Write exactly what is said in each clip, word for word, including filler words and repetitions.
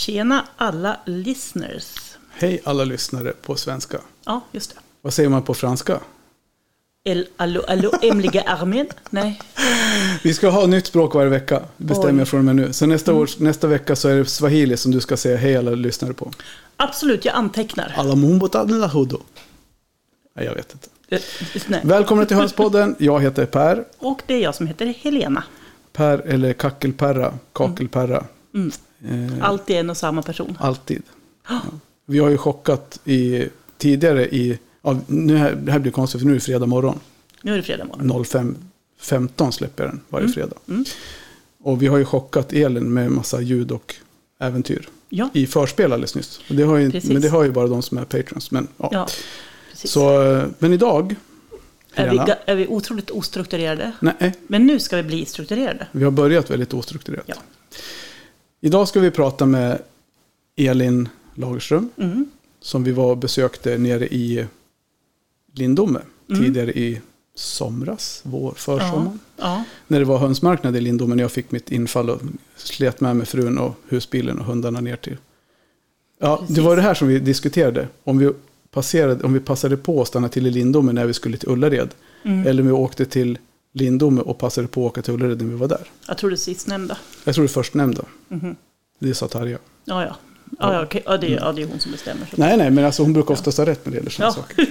Tjena alla listeners. Hej alla lyssnare på svenska. Ja, just det. Vad säger man på franska? El, allo, allo, emliga armen? Nej. Vi ska ha nytt språk varje vecka, bestämmer jag från och med nu. Så nästa, mm. år, nästa vecka så är det swahili som du ska säga hej alla lyssnare på. Absolut, jag antecknar. Alla mumbotadla hudo. Nej, jag vet inte. Nej. Välkomna till Hönspodden. Jag heter Per. Och det är jag som heter Helena. Per eller Kackelperra, Kakelperra. Mm. Mm. Eh, Alltid en och samma person. Alltid. Ja. Vi har ju chockat i, tidigare i... Ja, nu här, det här blir konstigt för nu är det fredag morgon. Nu är det fredag morgon. fem femton släpper den varje mm. fredag. Mm. Och vi har ju chockat Elin med massa ljud och äventyr. Ja. I förspel alldeles nyss. Och det har ju, men det har ju bara de som är patrons. Men, ja. Ja, Så, men idag... Är vi, är vi otroligt ostrukturerade? Nej. Men nu ska vi bli strukturerade. Vi har börjat väldigt ostrukturerat. Ja. Idag ska vi prata med Elin Lagerström. Mm. Som vi var och besökte nere i Lindome. Mm. Tidigare i somras, vår försommaren. Ja. Ja. När det var hönsmarknad i Lindome. När jag fick mitt infall och slet med mig frun och husbilen och hundarna ner till. Ja, Precis. Det var det här som vi diskuterade. Om vi, passerade, om vi passade på att stanna till i Lindome när vi skulle till Ullared. Mm. Eller om vi åkte till Lindome och passade på att åka till Ullared när vi var där. Jag tror det sistnämnda. Jag tror det förstnämnda. Mm. Det sa Tarja. Ja, ja. Ja, ja, okay. ja, det, ja, det är hon som bestämmer. Så. Nej, nej, men alltså hon brukar oftast ha rätt med det eller sådana ja. saker.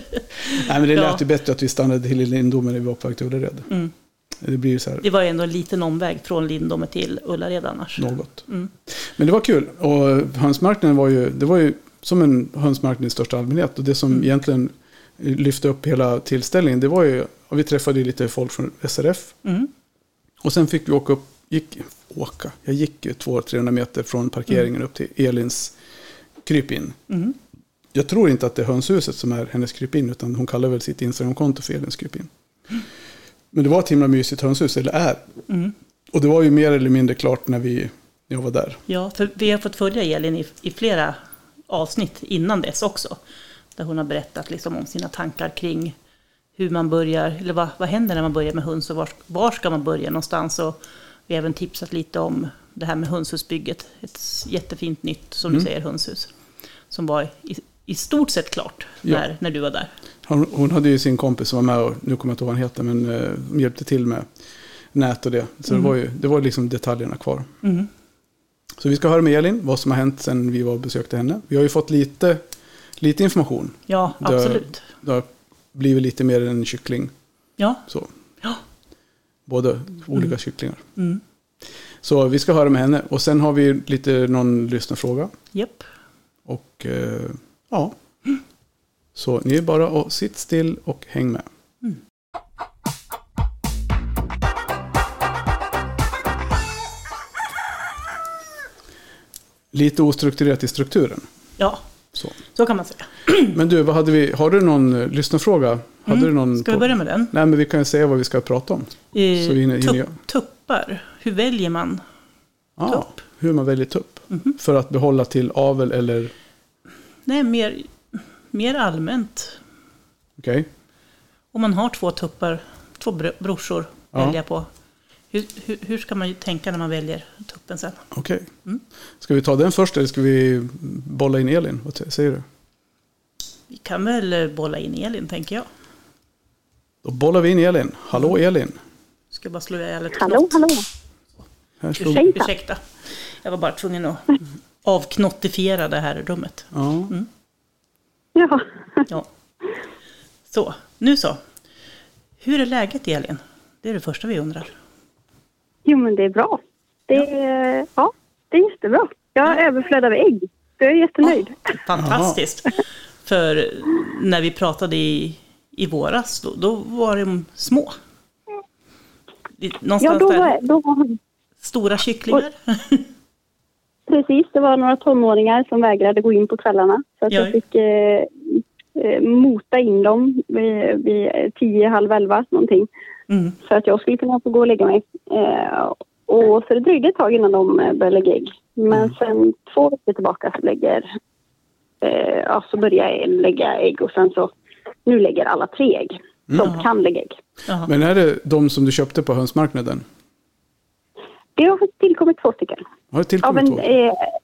Nej, men det lät ja. ju bättre att vi stannade till Lindome när vi var på väg till Ullared. Mm. Det blir ju så här. Det var ju ändå en liten omväg från Lindome till Ullared annars. Något. Mm. Men det var kul. Och hönsmarknaden var ju, det var ju som en hönsmarknad i största allmänhet. Och det som mm. egentligen lyfte upp hela tillställningen, det var ju, och vi träffade ju lite folk från S R F. Mm. Och sen fick vi åka upp, gick, åka, jag gick ju tvåhundra till trehundra meter från parkeringen mm. upp till Elins krypin. Mm. Jag tror inte att det är hönshuset som är hennes krypin, utan hon kallar väl sitt Instagram-konto för Elins krypin. Mm. Men det var ett himla mysigt hönshus, eller är. Mm. Och det var ju mer eller mindre klart när vi när jag var där. Ja, för vi har fått följa Elin i, i flera avsnitt innan dess också. Där hon har berättat liksom om sina tankar kring hur man börjar, eller vad, vad händer när man börjar med höns och var, var ska man börja någonstans. Och vi har även tipsat lite om det här med hönshusbygget. Ett jättefint nytt, som mm. du säger, hönshus. Som var i, i stort sett klart ja. när, när du var där. Hon, hon hade ju sin kompis som var med och nu kommer jag inte ihåg vad han heter, men uh, hjälpte till med nät och det. Så mm. det var ju det var liksom detaljerna kvar. Mm. Så vi ska höra med Elin vad som har hänt sen vi var och besökte henne. Vi har ju fått lite, lite information. Ja, absolut. Det, det har blivit lite mer än en kyckling. Ja. Så. Ja. Både olika mm. kycklingar. Mm. Så vi ska höra med henne. Och sen har vi lite någon lyssnarfråga. Japp. Och eh, ja. Mm. Så ni är bara att sitt still och häng med. Mm. Lite ostrukturerat i strukturen. Ja, så, så kan man säga. Men du, vad hade vi, har du någon lyssnarfråga? Hade mm. du någon ska vi börja med den? Nej, men vi kan ju säga vad vi ska prata om. Eh, så vi hinner, tupp, hinner tuppar. Hur väljer man ah, tupp? Hur man väljer tupp. Mm-hmm. För att behålla till avel eller? Nej, mer, mer allmänt. Okej. Okay. Om man har två tuppar, två brorsor ja. välja på. Hur, hur, hur ska man tänka när man väljer tuppen sen? Okej. Okay. Mm. Ska vi ta den först eller ska vi bolla in Elin? Vad säger du? Vi kan väl bolla in Elin, tänker jag. Då bollar vi in Elin. Hallå Elin. Ska bara slå ihjäl ett Hallå, hallå. Här slog... Ursäkta. Ursäkta. Jag var bara tvungen att avknottifiera det här rummet. Ja. Mm. Ja. Ja. Så, nu så. Hur är läget, Elin? Det är det första vi undrar. Jo, men det är bra. Det är, ja. ja, det är jättebra. Jag är ja. överflödd av ägg. Jag är jättenöjd. Oh, fantastiskt. För när vi pratade i, i våras, då, då var de små. Någonstans ja, då där. var, då var... Stora kycklingar. Och, precis, det var några tonåringar som vägrade gå in på kvällarna. Så att jag fick eh, mota in dem vid, vid tio, halv elva någonting. Mm. För att jag skulle kunna få gå och lägga mig. Eh, och så det dröjde ett tag innan de började lägga ägg. Men mm. sen två veckor tillbaka så lägger eh, ja, så börjar jag lägga ägg. Och sen så, nu lägger alla tre ägg. Mm. De kan lägga ägg. Aha. Men är det de som du köpte på hönsmarknaden? Det har tillkommit två stycken. Har det tillkommit en, två? Eh,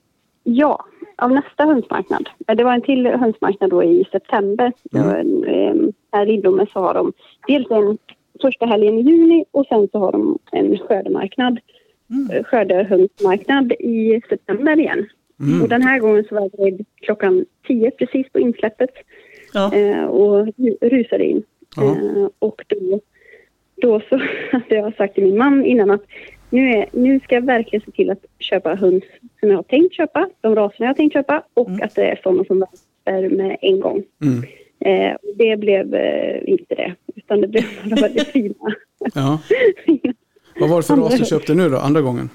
Ja, av nästa hönsmarknad. Det var en till hönsmarknad då i september. Mm. Här i Lindome så har de dels en första helgen i juni och sen så har de en skördemarknad. Mm. Skördehönsmarknad i september igen. Mm. Och den här gången så var det klockan tio precis på insläppet. Ja. Eh, och rusade in. Ja. Eh, och då, då så hade jag sagt till min man innan att nu, är, nu ska jag verkligen se till att köpa höns som jag har tänkt köpa. De raserna jag har tänkt köpa. Och mm. att det är sådana som värper med en gång. Mm. Eh, det blev eh, inte det. Utan det blev väldigt fina. Ja. Vad var det för ras du köpte nu då, andra gången?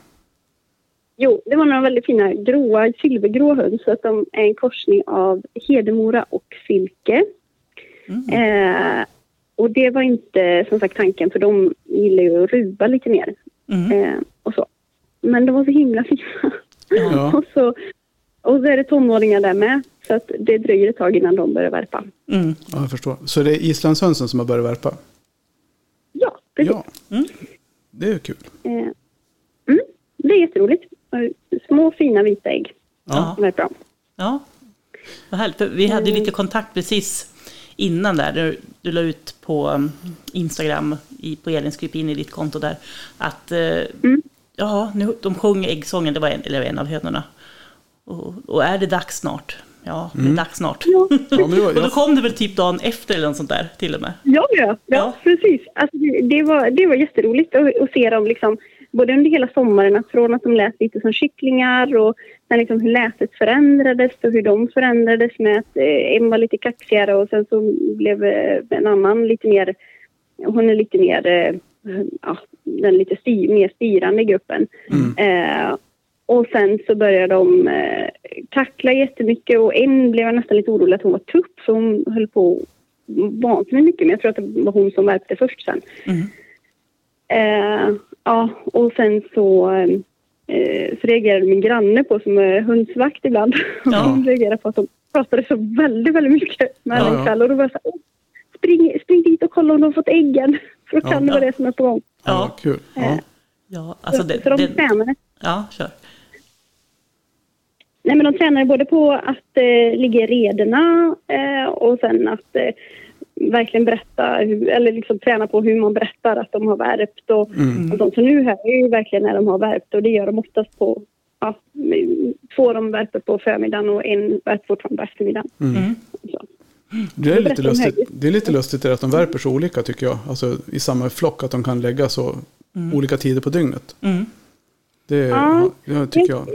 Jo, det var några väldigt fina gråa, silvergrå höns. Så att de är en korsning av Hedemora och Silke. Mm. Eh, och det var inte som sagt tanken, för de gillar ju att ruva lite mer. Mm. Eh, och så. Men de var så himla fina. Ja. och, så, och så är det tonåringar där med. Så att det dröjer ett tag innan de börjar värpa. Mm. Ja, jag förstår. Så det är islandshönsen som har börjat värpa? Ja, precis. Ja. Mm. Det är kul. Eh, mm, det är jätteroligt. Små fina vita ägg. Ja. Det är bra. Ja, vad härligt. För vi hade lite kontakt precis innan där. Du, du la ut på Instagram i, på Elins kryp in i ditt konto där. Att eh, mm. ja, nu, de sjöng äggsången. Det var en, eller en av hönorna. Och, och är det dags snart? Ja, det är mm. dags snart. Ja. Ja, men då, och då kom det väl typ dagen efter eller något sånt där till och med. Ja, ja, ja, ja. Precis. Alltså, det, det, var, det var jätteroligt att, att se dem liksom, både under hela sommaren, att från att de lät lite som kycklingar och sen liksom hur lätet förändrades och hur de förändrades med att eh, en var lite kaxigare och sen så blev eh, en annan lite mer, hon är lite mer, eh, ja, den lite styr, mer styrande i gruppen. Mm. Eh, Och sen så började de eh, tackla jättemycket och en blev nästan lite orolig att hon var tupp, så hon höll på vansinnigt mycket. Men jag tror att det var hon som värpte först sen. Mm. Eh, ja, och sen så, eh, så reagerade min granne på som är hundsvakt ibland. Ja. Hon reagerade på att de pratade så väldigt, väldigt mycket med ja, en kväll. Och då var jag så här, spring, spring dit och kolla om de har fått äggen. För då kan ja, det vara ja. det som är på gång. Ja, kul. Ja. Eh, ja, alltså det, så, så de det... tränade. Ja, kör. Nej, men de tränar både på att eh, ligga i rederna eh, och sen att eh, verkligen berätta, hur, eller liksom träna på hur man berättar att de har värpt. Och, mm. och de som nu hör är ju verkligen när de har värpt, och det gör de oftast på, ja, två de värper på förmiddagen och en värper fortfarande på eftermiddagen. Mm. Det är, lite lustigt, det är lite lustigt att de värper så olika, tycker jag. Alltså i samma flock, att de kan lägga så mm. olika tider på dygnet. Mm. Det, ja, det tycker jag.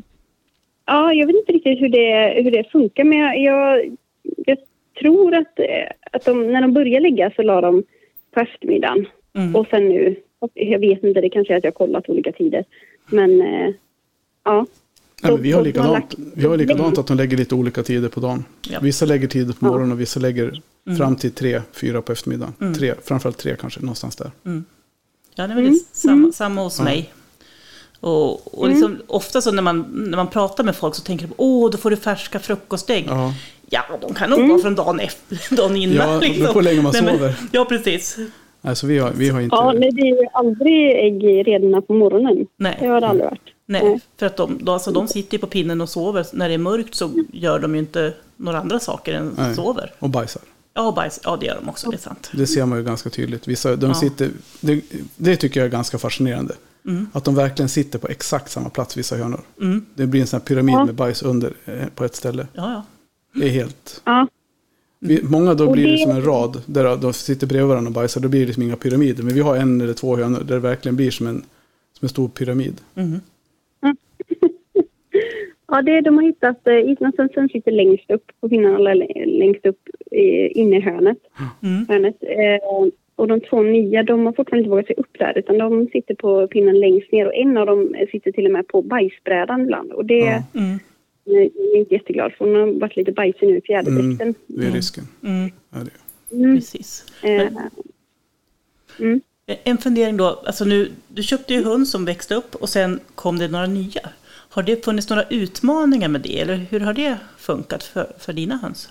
Ja, jag vet inte riktigt hur det, hur det funkar, men jag, jag, jag tror att, att de, när de börjar lägga så la de på eftermiddagen. Mm. Och sen nu, jag vet inte, det kanske är att jag har kollat olika tider. Men ja. Nej, men vi har likadant, vi har likadant att de lägger lite olika tider på dagen. Ja. Vissa lägger tider på morgonen och vissa lägger mm. fram till tre, fyra på eftermiddagen. Mm. Tre, framförallt tre kanske, någonstans där. Mm. Ja, det är väl mm. samma, samma hos mig. Ja. Och, och liksom, mm. ofta så när man, när man pratar med folk så tänker de, åh, då får du färska frukostägg. Ja, ja de kan nog mm. vara från dagen efter, dagen innan. Ja, liksom. Då får länge man sover. Men, ja, precis. Alltså, vi, har, vi har inte... Ja, men det är ju aldrig ägg redan på morgonen. Nej. Det har det aldrig varit. Nej, Nej. för att de, då, alltså, de sitter på pinnen och sover. När det är mörkt så gör de ju inte några andra saker än Nej. sover. Och bajsar. Ja, och bajs, ja, det gör de också, det är sant. Det ser man ju ganska tydligt. Vissa, de ja. sitter, det, det tycker jag är ganska fascinerande. Mm. Att de verkligen sitter på exakt samma plats, vissa hönor. Mm. Det blir en sån här pyramid ja. med bajs under eh, på ett ställe. Ja, ja. Det är helt... Ja. Vi, många då blir det som en rad där de sitter bredvid varandra och bajsar. Då blir det liksom inga pyramider. Men vi har en eller två hönor där det verkligen blir som en, som en stor pyramid. Mm. Mm. Ja, det, de har hittat eh, islandshönsen sitter längst upp på pinnen, eller längst upp eh, inne i hörnet. Mm. hörnet. Eh, och de två nya, de har fortfarande inte vågat sig upp där, utan de sitter på pinnen längst ner. Och en av dem sitter till och med på bajsbrädan ibland. Och det ja. mm. jag är inte jätteglad för hon har varit lite bajsig nu i fjäderdräkten. Mm, det är risken. Mm. Ja, det är. Mm. Precis. Men, mm. En fundering då, alltså nu, du köpte ju hund som växte upp och sen kom det några nya. Har det funnits några utmaningar med det, eller hur har det funkat för, för dina höns?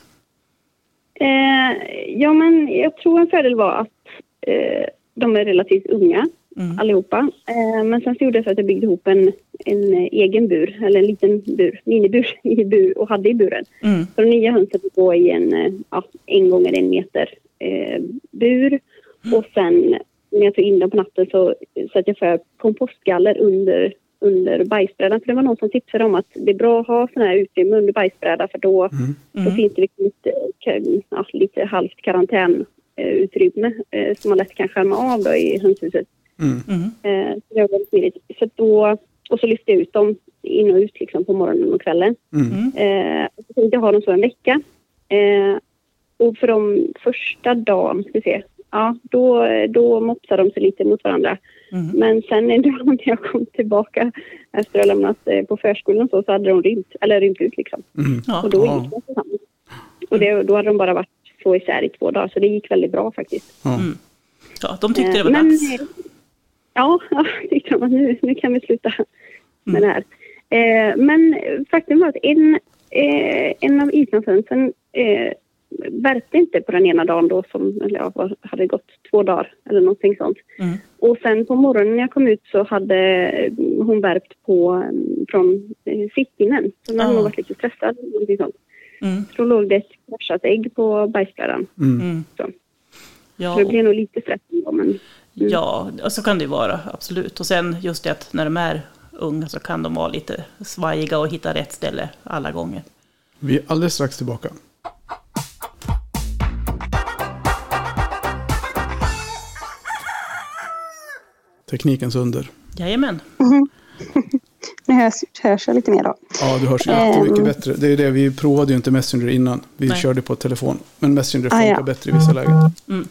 Eh, ja, men jag tror en fördel var att eh, de är relativt unga. mm. allihopa. Eh, men sen så gjorde jag så att jag byggde ihop en, en egen bur, eller en liten bur, minibur i bur och hade i buren. Mm. Så de nya hönsen fick gå i en, ja, en gånger en meter eh, bur. Mm. Och sen när jag tog in dem på natten så satte jag för kompostgaller under, under bajsbrädan. För det var någon som tipsade om att det är bra att ha sån här utrymme under bajsbrädan, för då, mm. Mm. då finns det liksom lite, ja, lite halvt karantänutrymme eh, som man lätt kan skärma av då i hönshuset. Mm. Eh, så det var väldigt smidigt. Så då, och så lyfte jag ut dem in och ut liksom på morgonen och kvällen. Mm. Eh, och så tänkte jag ha dem så en vecka. Eh, och för de första dagen, ska vi se, ja, då, då mopsade de sig lite mot varandra. Mm. Men sen en dag när jag kom tillbaka efter att ha lämnat eh, på förskolan så, så hade de rymt, eller rymt ut liksom. Mm. Ja. Och då gick de tillsammans. Och det, då hade de bara varit så isär i två dagar, så det gick väldigt bra faktiskt. Mm. Ja, de tyckte det var Men, dags. Ja, ja, tyckte de att nu, nu kan vi sluta med mm. det här. Eh, men faktum var att en, eh, en av islandshönsen eh, värpte inte på den ena dagen då, som eller ja, hade gått två dagar eller någonting sånt. Mm. Och sen på morgonen när jag kom ut så hade hon värpt på från eh, sittpinnen. Så hon hade nog varit lite stressad eller någonting sånt. Mm. Så då låg det ett kraschat ägg på bajsbrädan. Mm. Så. Ja. så det blev nog lite stressigt. Men, mm. Ja, så kan det ju vara, absolut. Och sen just det att när de är unga så kan de vara lite svajiga och hitta rätt ställe alla gånger. Vi är alldeles strax tillbaka. Teknikens under. Jajamän. Mm. Nu hörs, hörs jag lite mer då. Ja, du hörs jättemycket um, bättre. Det är det, vi provade ju inte Messenger innan. Vi nej. körde på telefon. Men Messenger funkar ah, ja. bättre i vissa lägen. Mm.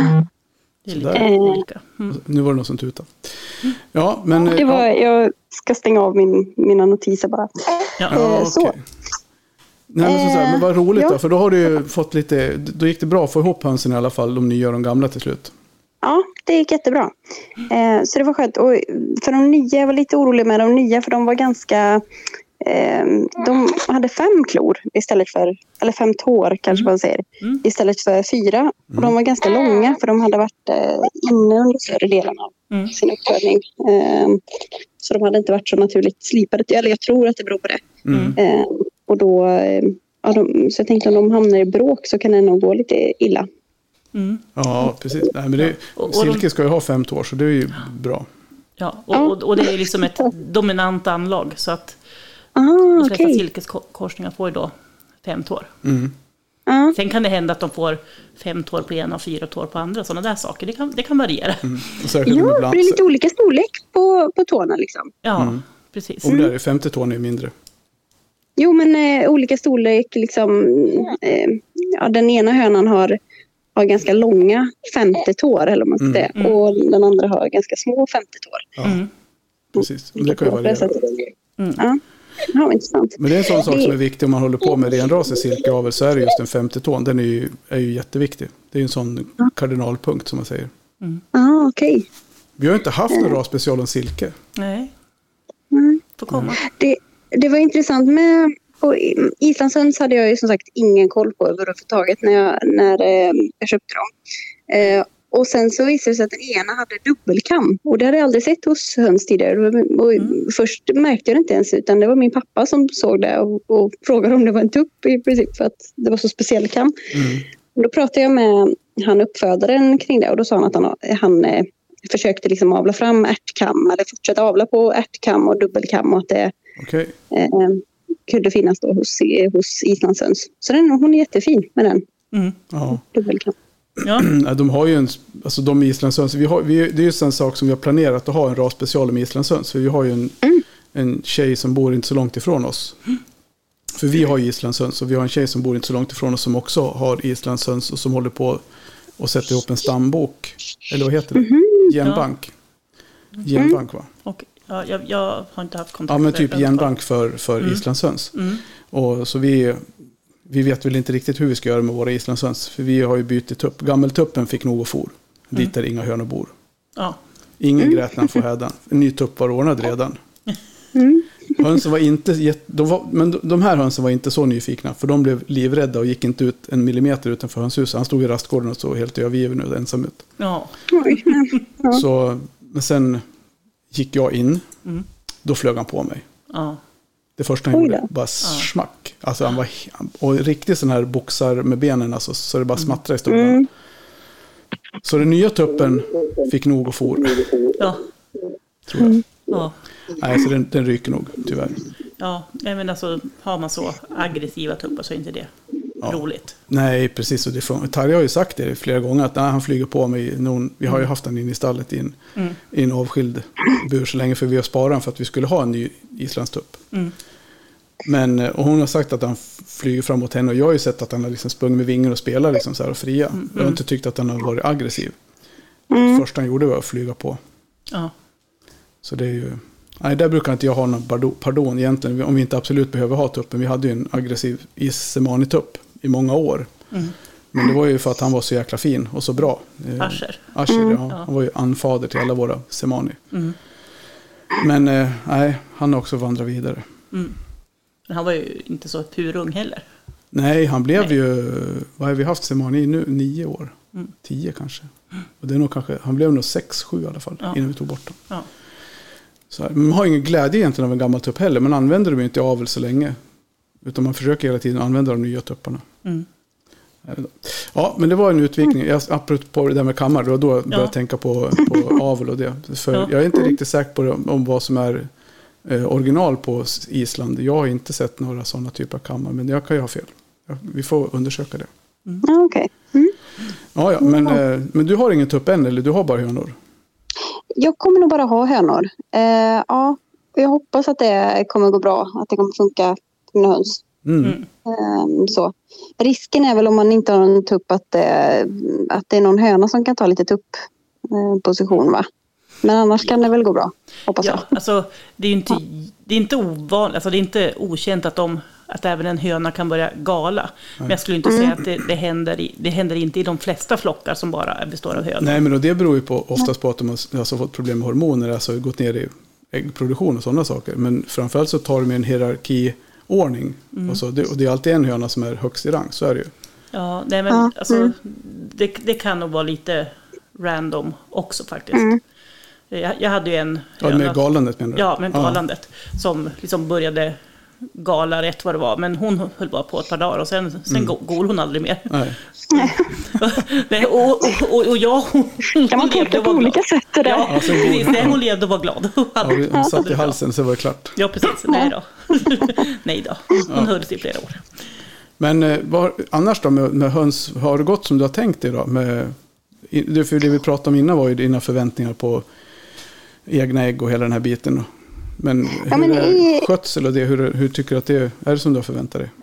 Det är lite olika. Mm. Nu var det någon som tutade. Ja, men... Det var, ja. Jag ska stänga av min, mina notiser bara. Ja, ja eh, så. Okay. Nej, men, så här, men vad roligt ja. då, för då har du ju fått lite... Då gick det bra att få ihop hönsen i alla fall, de nya och de gamla till slut. Ja, det gick jättebra. Eh, så det var skönt. Och för de nya, jag var lite orolig med de nya, för de var ganska... Eh, de hade fem klor istället för... Eller fem tår kanske man säger. Mm. Istället för fyra. Mm. Och de var ganska långa, för de hade varit eh, inne under större delen av mm. sin uppfödning. Eh, så de hade inte varit så naturligt slipade. Eller jag tror att det beror på det. Mm. Eh, och då... Eh, ja, de, så jag tänkte om de hamnar i bråk så kan det nog gå lite illa. Mm. Ja, precis. Nej, men det, silke ska ju ha fem tår, så det är ju bra. Ja, och, och, och det är liksom ett dominant anlag, så att ah, de flesta okay. silkeskorsningar får ju då fem tår. Mm. Ah. Sen kan det hända att de får fem tår på ena och fyra tår på andra, sådana där saker. Det kan, det kan variera. Mm. Ja, det är lite olika storlek på, på tårna liksom. Ja, mm. precis. Och där är femte tån är mindre. Jo, men eh, olika storlek liksom. Eh, ja, den ena hönan har har ganska långa femte tår, eller man ska säga. Mm. Och den andra har ganska små femte tår. Ja, mm. precis. Det kan ju variera. Mm. Ja, ja, intressant. Men det är en sån sak som är viktig om man håller på med renrasig silkeavel, så är det just den femte tån. Den är ju, är ju jätteviktig. Det är ju en sån ja. kardinalpunkt som man säger. Ja, mm. ah, okej. Okay. Vi har inte haft en rasspecial om silke. Nej. Mm. Får komma. Det, det var intressant med... Och islandshöns hade jag ju som sagt ingen koll på överhuvudtaget när jag, när eh, jag köpte dem. Eh, och sen så visade det sig att den ena hade dubbelkam. Och det hade jag aldrig sett hos höns tidigare. Och mm. först märkte jag det inte ens, utan det var min pappa som såg det och, och frågade om det var en tupp i princip, för att det var så speciell kam. Mm. Och då pratade jag med han uppfödaren kring det, och då sa han att han, han eh, försökte liksom avla fram ärtkam, eller fortsätta avla på ärtkam och dubbelkam, och att det... Okay. Eh, kunde finnas då hos, hos islandshöns. Så den, hon är jättefin med den. Mm. Ja. Dubbelkam. Ja. De har ju en, alltså de islandshöns, vi har, vi, det är just en sak som vi har planerat att ha en rasspecial med islandshöns. För vi har ju en, mm. en tjej som bor inte så långt ifrån oss. Mm. För vi har ju islandshöns, och vi har en tjej som bor inte så långt ifrån oss som också har islandshöns och som håller på att sätta ihop en stambok. Eller vad heter det? Mm-hmm. Genbank. Ja. Genbank, va? Och ja, jag, jag har inte haft kontakt med... Ja, men typ genbank för, för mm. islandshöns. Mm. Och så vi, vi vet väl inte riktigt hur vi ska göra med våra islandshöns. För vi har ju bytt tupp. Gammeltuppen fick nog for. Mm. Dit där inga hönor bor. Ja. Ingen mm. grät när han får hädan. En ny tupp var ordnad redan. Mm. Hönsen var inte... De var, men de här hönsen var inte så nyfikna. För de blev livrädda och gick inte ut en millimeter utanför hönshuset. Han stod i rastgården och så helt övergiven och ensam ut. Ja. Så... Men sen gick jag in. Mm. Då flög han på mig. Ja. Det första han gjorde, bara smack. Alltså han var, och riktigt sån här boxar med benen, alltså, så det bara smattrade i stolarna. Mm. Så den nya tuppen fick nog och for. Ja. Tror jag. Mm. Ja. Nej, så den, den ryker nog, tyvärr. Ja, men alltså har man så aggressiva tuppar så är inte det ja. roligt. Nej, precis. Och det får, Tarja har ju sagt det flera gånger att när han flyger på mig, någon, vi har ju haft den in i stallet i en, mm. i en avskild bur så länge, för vi har sparat den för att vi skulle ha en ny islandstupp. Mm. Men, och hon har sagt att han flyger fram mot henne, och jag har ju sett att han har liksom sprungit med vingar och spelar liksom så här och fria. Mm. Jag har inte tyckt att han har varit aggressiv. Mm. Det första han gjorde var att flyga på. Ja. Så det är ju... Nej, där brukar inte jag ha någon pardon egentligen, om vi inte absolut behöver ha tuppen. Vi hade ju en aggressiv Isemani-tupp i många år. Mm. Men det var ju för att han var så jäkla fin och så bra. Asher. Asher, mm. ja. Han var ju anfader till alla våra Semani. Mm. Men eh, nej, han har också vandrat vidare. Mm. Men han var ju inte så purung heller. Nej, han blev nej. ju... Vad har vi haft Semani nu? Nio år. Mm. Tio kanske. Mm. Och det är nog kanske... Han blev nog sex, sju i alla fall, ja. innan vi tog bort dem. Ja. Så här, man har ingen glädje egentligen av en gammal tupp heller. Man använder dem inte i avel så länge. Utan man försöker hela tiden använda de nya tupparna. Mm. Ja, men det var en utvikning. Jag, apropå det där med kammar, då, då började jag ja. tänka på, på avel och det. För ja. jag är inte riktigt säker på det, om vad som är eh, original på Island. Jag har inte sett några sådana typer av kammar, men jag kan ju ha fel. Vi får undersöka det. Mm. Okej. Okay. Mm. Ja, ja, men, eh, men du har ingen tupp än, eller du har bara hönor? Jag kommer nog bara ha hönor. Eh, ja, jag hoppas att det kommer gå bra. Att det kommer funka för mina höns. Mm. Eh, så. Risken är väl om man inte har en tupp att, eh, att det är någon höna som kan ta lite tuppposition, eh, va? Men annars kan det väl gå bra, hoppas ja, jag. Alltså, det är ju inte, det är inte ovanligt, alltså det är inte okänt att, de, att även en höna kan börja gala. Nej. Men jag skulle inte mm. säga att det, det, händer i, det händer inte i de flesta flockar som bara består av hönor. Nej, men det beror ju på, oftast på att de har alltså fått problem med hormoner, alltså gått ner i äggproduktion och sådana saker. Men framförallt så tar de en hierarkiordning. Mm. Och, så, det, och det är alltid en höna som är högst i rang, så är det ju. Ja, nej, men mm. alltså, det, det kan nog vara lite random också faktiskt. Mm. Jag, jag hade ju en... Ja, med galandet menar du? Ja, med galandet. Ja. Som liksom började gala rätt vad det var. Men hon höll bara på ett par dagar och sen, sen mm. gol hon aldrig mer. Nej. Nej, och, och, och, och jag... Hon, hon kan man tolka på olika sätt det där? Ja, alltså, precis. Nej, hon levde och var glad. Hon, ja, hon satt i halsen så var det klart. Ja, precis. Nej då. Nej då. Hon ja. höll sig i flera år. Men var, annars då med, med höns, har det gått som du har tänkt dig då? Med, för det vi pratade om innan var ju dina förväntningar på egna ägg och hela den här biten. Men hur ja, men är i... skötsel och det, hur, hur tycker du att det är? Är det som du har förväntat dig?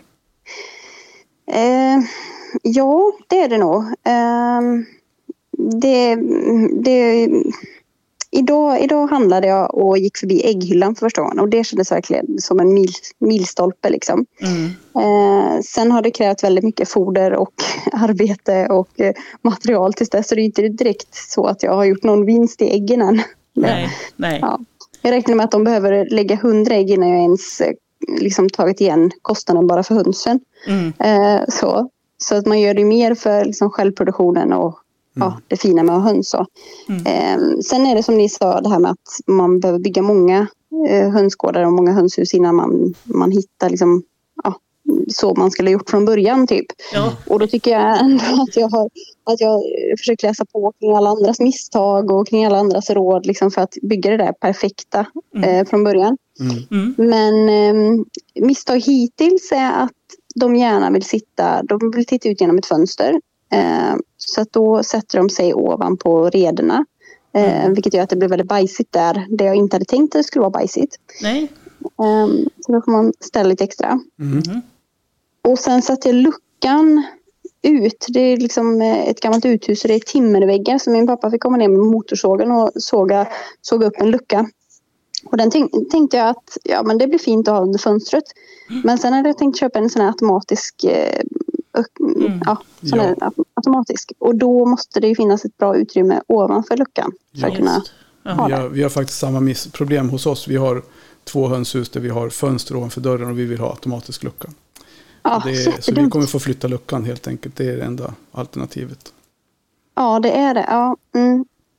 Eh, ja, det är det nog. Eh, det, det, idag, idag handlade jag och gick förbi ägghyllan för första gången. Och det kändes verkligen som en mil, milstolpe. Liksom. Mm. Eh, sen har det krävt väldigt mycket foder och arbete och eh, material tills dess. Så det är inte direkt så att jag har gjort någon vinst i äggen än. Nej, nej. Ja. Jag räknar med att de behöver lägga hundra ägg innan jag ens liksom, tagit igen kostnaden bara för hönsen. Mm. Eh, så. så att man gör det mer för liksom, självproduktionen och mm. ja, det fina med att ha höns. Mm. Eh, sen är det som ni sa, det här med att man behöver bygga många eh, hönsgårdar och många hönshus innan man, man hittar liksom, ja, så man skulle ha gjort från början typ. Ja. Och då tycker jag ändå att jag har att jag försöker läsa på kring alla andras misstag och kring alla andras råd liksom, för att bygga det där perfekta mm. eh, från början. Mm. Mm. Men eh, misstag hittills är att de gärna vill sitta, de vill titta ut genom ett fönster. Eh, så att då sätter de sig ovanpå rederna. Eh, mm. Vilket gör att det blir väldigt bajsigt där. Det jag inte hade tänkt att det skulle vara bajsigt. Nej. Eh, så då får man ställa lite extra. Mm. Och sen satte jag luckan ut. Det är liksom ett gammalt uthus och det är timmerväggar. Så min pappa fick komma ner med motorsågen och såga, såga upp en lucka. Och den tänk, tänkte jag att ja, men det blir fint att ha under fönstret. Mm. Men sen hade jag tänkt köpa en sån här automatisk... Eh, mm. ja, sån här ja. automatisk. Och då måste det ju finnas ett bra utrymme ovanför luckan. För att kunna ja. vi, har, vi har faktiskt samma miss- problem hos oss. Vi har två hönshus där vi har fönster ovanför dörren och vi vill ha automatisk lucka. Ja, det är, så vi kommer få flytta luckan helt enkelt. Det är det enda alternativet. Ja, det är det. Ja, mm.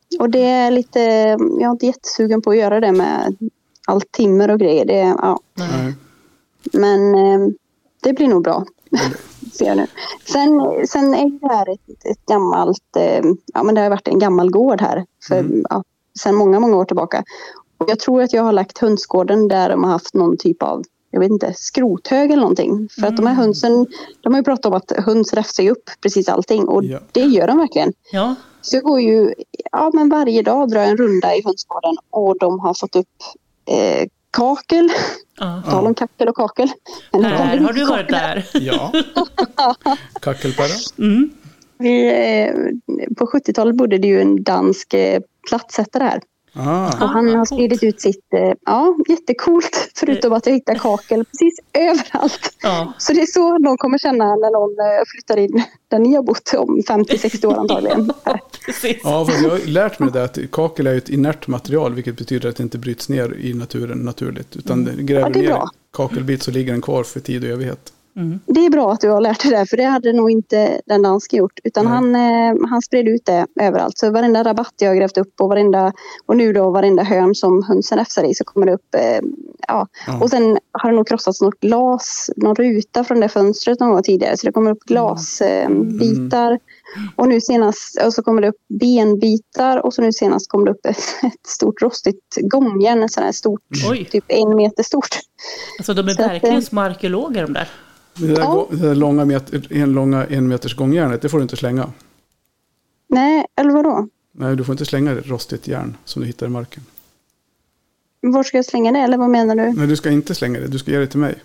Och det är lite, jag är inte jättesugen på att göra det med allt timmer och grejer. Det, ja. Nej. Men eh, det blir nog bra. Ser jag nu. Sen, sen är det här ett, ett gammalt, eh, ja men det har varit en gammal gård här för, mm. ja, sen många, många år tillbaka. Och jag tror att jag har lagt hönsgården där de har haft någon typ av, jag vet inte, skrothög eller någonting. För mm. att de här hönsen, de har ju pratat om att höns räfsar upp precis allting. Och ja. Det gör de verkligen. Ja. Så jag går ju, ja men varje dag drar jag en runda i hönsgården. Och de har fått upp eh, kakel. Uh. Tal om kakel och kakel. Men här har du varit där. Ja. Kackelpärra. Mm. Vi, eh, på sjuttiotalet bodde det ju en dansk eh, plattsättare här. Ah. Och han har spridit ut sitt, ja, jättecoolt, förutom att jag hittar kakel precis överallt. Ja. Så det är så någon kommer känna när någon flyttar in där ni har bott om femtio sextio år antagligen. Ja, precis. Ja, för jag har lärt mig det att kakel är ett inert material, vilket betyder att det inte bryts ner i naturen naturligt. Utan mm. gräver ja, ner bra. kakelbit så ligger den kvar för tid och evighet. Mm. Det är bra att du har lärt dig det, för det hade nog inte den danske gjort. Utan han, eh, han spred ut det överallt. Så varenda rabatt jag har grävt upp och, varenda, och nu då varenda hörn som hönsen äfsar i så kommer det upp. Eh, ja. Ja. Och sen har det nog krossats något glas, någon ruta från det fönstret någon gång tidigare. Så det kommer upp glasbitar. Eh, mm. Och nu senast och så kommer det upp benbitar. Och så nu senast kommer det upp ett, ett stort rostigt gångjärn. Ett sånt här stort, Oj. typ en meter stort. Alltså de är så verkligen att, små arkeologer de där. Det där, ja. det där långa, meter, en långa en meters gångjärnet, det får du inte slänga. Nej, eller vadå? Nej, du får inte slänga det rostigt järn som du hittar i marken. Var ska jag slänga det, eller vad menar du? Nej, du ska inte slänga det, du ska ge det till mig.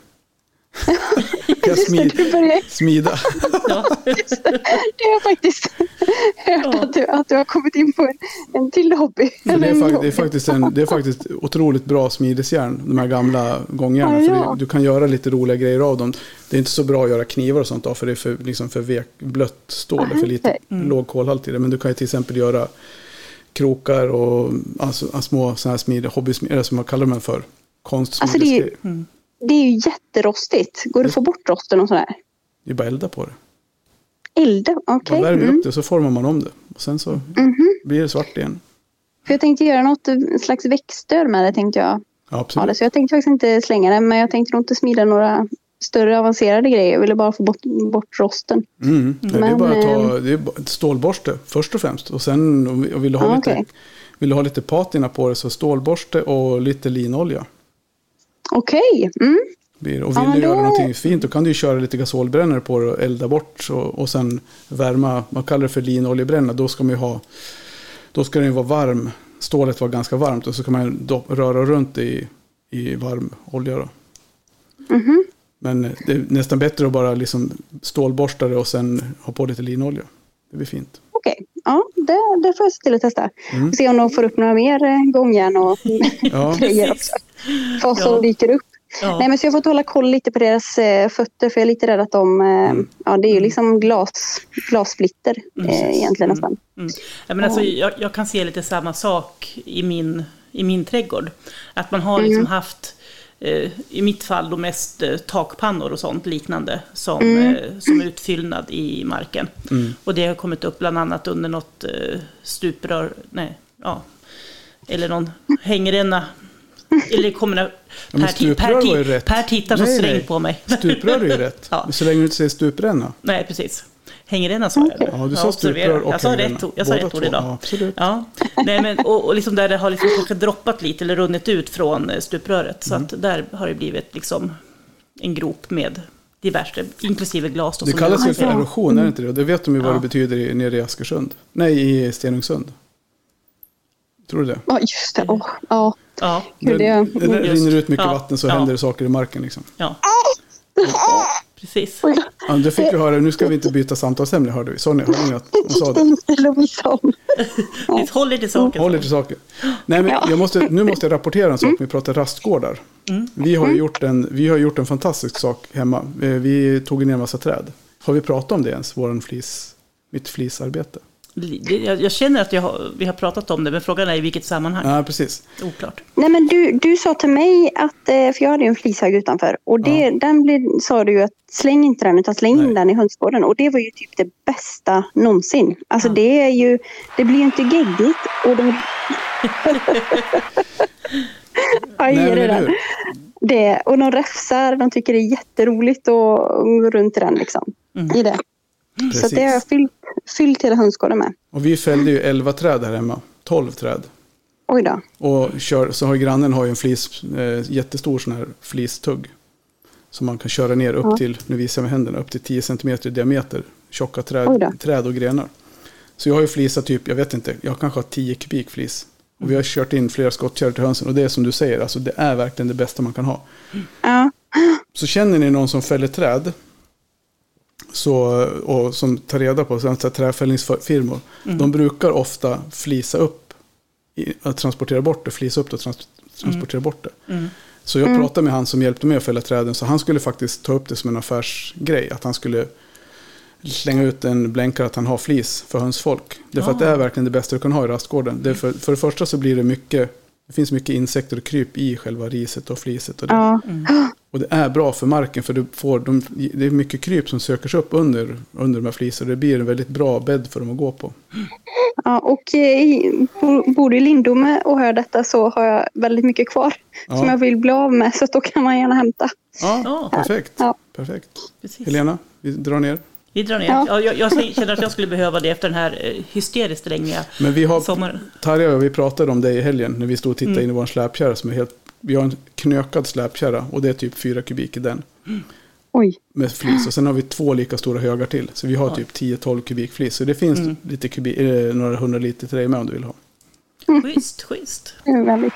Jag smid, smida. Ja. Just det, det har jag faktiskt hört ja. att, du, att du har kommit in på en, en till hobby. Det är, fakt, det, är faktiskt en, det är faktiskt otroligt bra smidesjärn, de här gamla gångjärnen. Ja, ja. För det, du kan göra lite roliga grejer av dem. Det är inte så bra att göra knivar och sånt då, för det är för, liksom för vek, blött stål, ah, för lite mm. låg kolhalt i det. Men du kan ju till exempel göra krokar och alltså, små såna här smide, hobbysmide, som man kallar dem för, konstsmidesgrejer. Alltså det, mm. det är ju jätterostigt. Går det att få bort rosten och sådär? Det är bara elda på det. Elda, okej. Okay. Man värmer mm. upp det så formar man om det. Och sen så mm-hmm. blir det svart igen. För jag tänkte göra något slags växtdör med det, tänkte jag. Ja, absolut. Ja, så jag tänkte faktiskt inte slänga det, men jag tänkte nog inte smida några större avancerade grejer. Jag ville bara få bort, bort rosten. Mm. Men, det är bara att ta det är ett stålborste först och främst. Och sen om vill du ha, ah, lite, okay. vill du ha lite patina på det, så stålborste och lite linolja. Okej. Okay. Mm. Och vill ja, du då... göra någonting fint, då kan du ju köra lite gasolbrännare på det och elda bort och, och sen värma, man kallar det för linoljebränna. Då ska man ju ha, då ska den ju vara varm, stålet var ganska varmt, och så kan man då röra runt i, i varm olja då. Mm-hmm. Men det är nästan bättre att bara liksom stålborsta det och sen ha på lite linolja. Det blir fint. Okej, okay. Ja, det, det får jag se till att testa. Mm. Se om de får upp några mer gångjärn och ja. grejer också. Vad som ja. dyker upp. Ja. Nej, men så jag får hålla koll lite på deras eh, fötter, för jag är lite rädd att de, eh, mm. ja, det är ju liksom glas, glassplitter eh, egentligen nästan. Mm. Mm. Ja, men alltså, jag, jag kan se lite samma sak i min, i min trädgård. Att man har liksom mm. haft, eh, i mitt fall då mest eh, takpannor och sånt liknande som, mm. eh, som utfyllnad i marken. Mm. Och det har kommit upp bland annat under något eh, stuprör, nej, ja, eller någon hängränna. Eller kommer det, ja, per, stuprör per, var ju rätt. Per tittar så släng på mig. Stuprör är ju rätt. Ja. Så länge du inte säger stupränna. Nej, precis. Hängränna sa jag. Ja, du sa stuprör och jag sa rätt, jag sa rätt ord idag. Ja, absolut. Ja. Nej, men, och, och liksom där det har liksom kanske droppat lite eller runnit ut från stupröret. Så mm. att där har det blivit liksom en grop med diverse, inklusive glas. Då, det kallas ju för erosion, mm. är det inte det? Och det vet de ju vad ja. det betyder nere i Askersund. Nej, i Stenungsund. Tror du det? Ja, just det. Oh, ja. Ja. När det rinner ut mycket ja. vatten så ja. händer det saker i marken liksom. Ja. Precis. Ja, det fick vi höra. Nu ska vi inte byta samtalsämne, hörde vi. Sonja, hörde ni att hon sa det? Håll lite saker. Håll lite saker. Nej, men jag måste, nu måste jag rapportera en sak. Vi pratar rastgårdar. Mm. Vi har ju gjort en, vi har gjort en fantastisk sak hemma. Vi tog ner en massa träd. Har vi pratat om det ens, våran flis, mitt flisarbete? Jag, jag känner att jag har, vi har pratat om det, men frågan är i vilket sammanhang. Ja, precis. Oklart. Nej, men du, du sa till mig att, för jag hade ju en flishög utanför, och det, ja. den blev, sa du ju att släng inte den utan släng in den i hönsgården, och det var ju typ det bästa någonsin. Alltså ja. det är ju, det blir ju inte geggigt och de... Aj, Nej, det där. Det, och de räfsar, de tycker det är jätteroligt att gå runt i den liksom. Mm. I det. Precis. Så det har jag fyllt, fyllt hela hönsgården med. Och vi fällde ju elva träd här hemma. tolv träd. Oj då. Och kör, så har grannen har ju en flis, eh, jättestor sån här flistugg. Som man kan köra ner upp ja. till, nu visar jag med händerna, upp till tio centimeter i diameter. Tjocka träd, träd och grenar. Så jag har ju flisat typ, jag vet inte, jag kanske har tio kubik flis. Och vi har kört in flera skottkärror till hönsen. Och det är som du säger, alltså det är verkligen det bästa man kan ha. Ja. Så känner ni någon som fäller träd, så, och som tar reda på så här, träfällningsfirmor, mm. de brukar ofta flisa upp, att transportera bort det, flisa upp det och trans, transportera mm. bort det. Mm. Så jag pratade med han som hjälpte mig att fälla träden, så han skulle faktiskt ta upp det som en affärsgrej, att han skulle slänga ut en blänkare att han har flis för hönsfolk. Därför ja. att det är verkligen det bästa du kan ha i rastgården. Det för, för det första så blir det mycket, det finns mycket insekter och kryp i själva riset och fliset. Och det, ja. mm. och det är bra för marken, för du får, de, det är mycket kryp som söker sig upp under, under de här fliserna. Det blir en väldigt bra bädd för dem att gå på. Ja, och i, bor i Lindome och hör detta, så har jag väldigt mycket kvar ja. som jag vill bli av med, så då kan man gärna hämta. Ja, ja. perfekt. Ja. perfekt. Precis. Helena, vi drar ner. Vi drar ner. Ja. Jag, jag känner att jag skulle behöva det efter den här hysteriskt regniga Men vi har, sommaren. Tarja och vi pratade om det i helgen när vi stod och tittade mm. in i vår släpkärra som är helt, vi har en knökad släpkärra och det är typ fyra kubik i den. Mm. Oj. Med flis, och sen har vi två lika stora högar till, så vi har ja. typ tio till tolv kubik flis, så det finns mm. lite kubik, eh, några hundra liter till dig med om du vill ha. Mm. Schysst, schysst. Det är väldigt.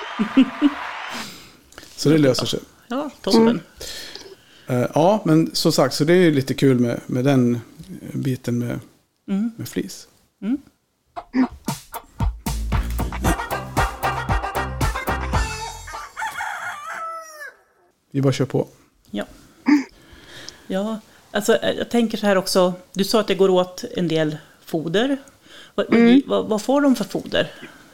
Så det löser sig. Ja, toppen. Mm. Uh, ja, men som sagt, så det är ju lite kul med, med den biten med, mm. med flis. Mm. Vi bara kör på. Ja. Ja, alltså jag tänker så här också. Du sa att det går åt en del foder. Vad, mm. vad, vad får de för foder?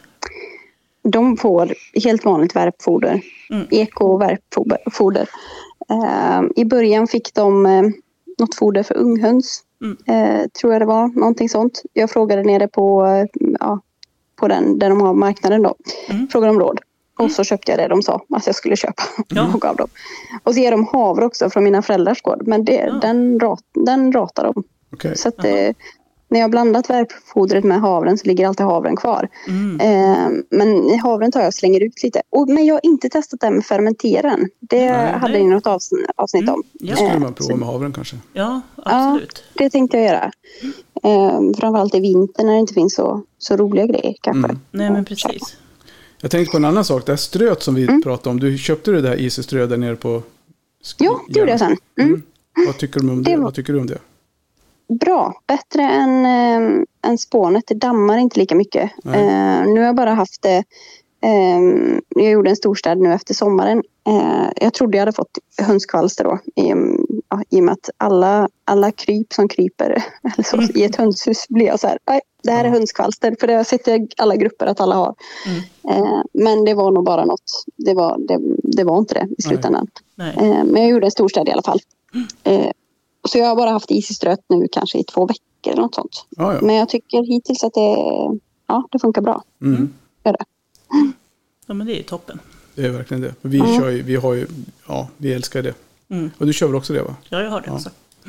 De får helt vanligt värpfoder. Mm. Eko-värpfoder. Uh, I början fick de uh, något foder för unghöns. Mm. Uh, tror jag det var. Någonting sånt. Jag frågade nere på, uh, ja, på den där de har marknaden då. Mm. Frågade om råd. Och så köpte jag det de sa att jag skulle köpa. Ja. Och gav dem. Och så ger de havre också från mina föräldrars gård. Men det, ja. den, rat, den ratar de. Okay. Så att, uh, när jag har blandat värpfodret med havren så ligger alltid havren kvar. Mm. Eh, men havren tar jag och slänger ut lite. Och, men jag har inte testat det med fermenteren. Det nej, hade ni något avsnitt, avsnitt mm. om. Det skulle man prova med havren kanske. Ja, absolut. Ja, det tänkte jag göra. Eh, framförallt i vinter när det inte finns så, så roliga grejer kanske. Mm. Nej, men precis. Jag tänkte på en annan sak. Det här ströt som vi mm. pratade om. Du köpte du det här iseströ där nere på... Jo, det gjorde jag sen. Mm. Mm. Vad tycker du om det? det var... Vad tycker du om det? Bra, bättre än, äh, än spånet. Det dammar inte lika mycket. Äh, nu har jag bara haft det. Äh, jag gjorde en storstäd nu efter sommaren. Äh, jag trodde jag hade fått hönskvalster då. I, ja, i och med att alla, alla kryp som kryper eller så, i ett hönshus blir jag så här. Nej, det här är hönskvalster. För det har sett i alla grupper att alla har. Mm. Äh, men det var nog bara något. Det var, det, det var inte det i slutändan. Nej. Nej. Äh, men jag gjorde en storstäd i alla fall. Äh, Så jag har bara haft is i ströt nu kanske i två veckor eller något sånt. Ah, ja. Men jag tycker hittills att det, ja, det funkar bra. Mm. Gör det. Ja, men det är toppen. Det är verkligen det. Vi, mm. kör ju, vi, har ju, ja, vi älskar det. Mm. Och du kör väl också det, va? Ja, jag har det ja. också.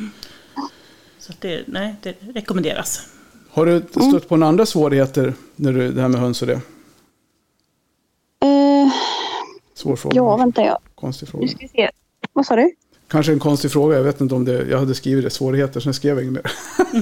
Så att det, nej, det rekommenderas. Har du stött mm. på några andra svårigheter när du, det här med höns och det? Uh, Svår fråga. Ja, vänta jag. Konstig fråga. Nu ska vi se. Vad sa du? Kanske en konstig fråga, jag vet inte om det, jag hade skrivit det, svårigheter, sen skrev jag inget mer.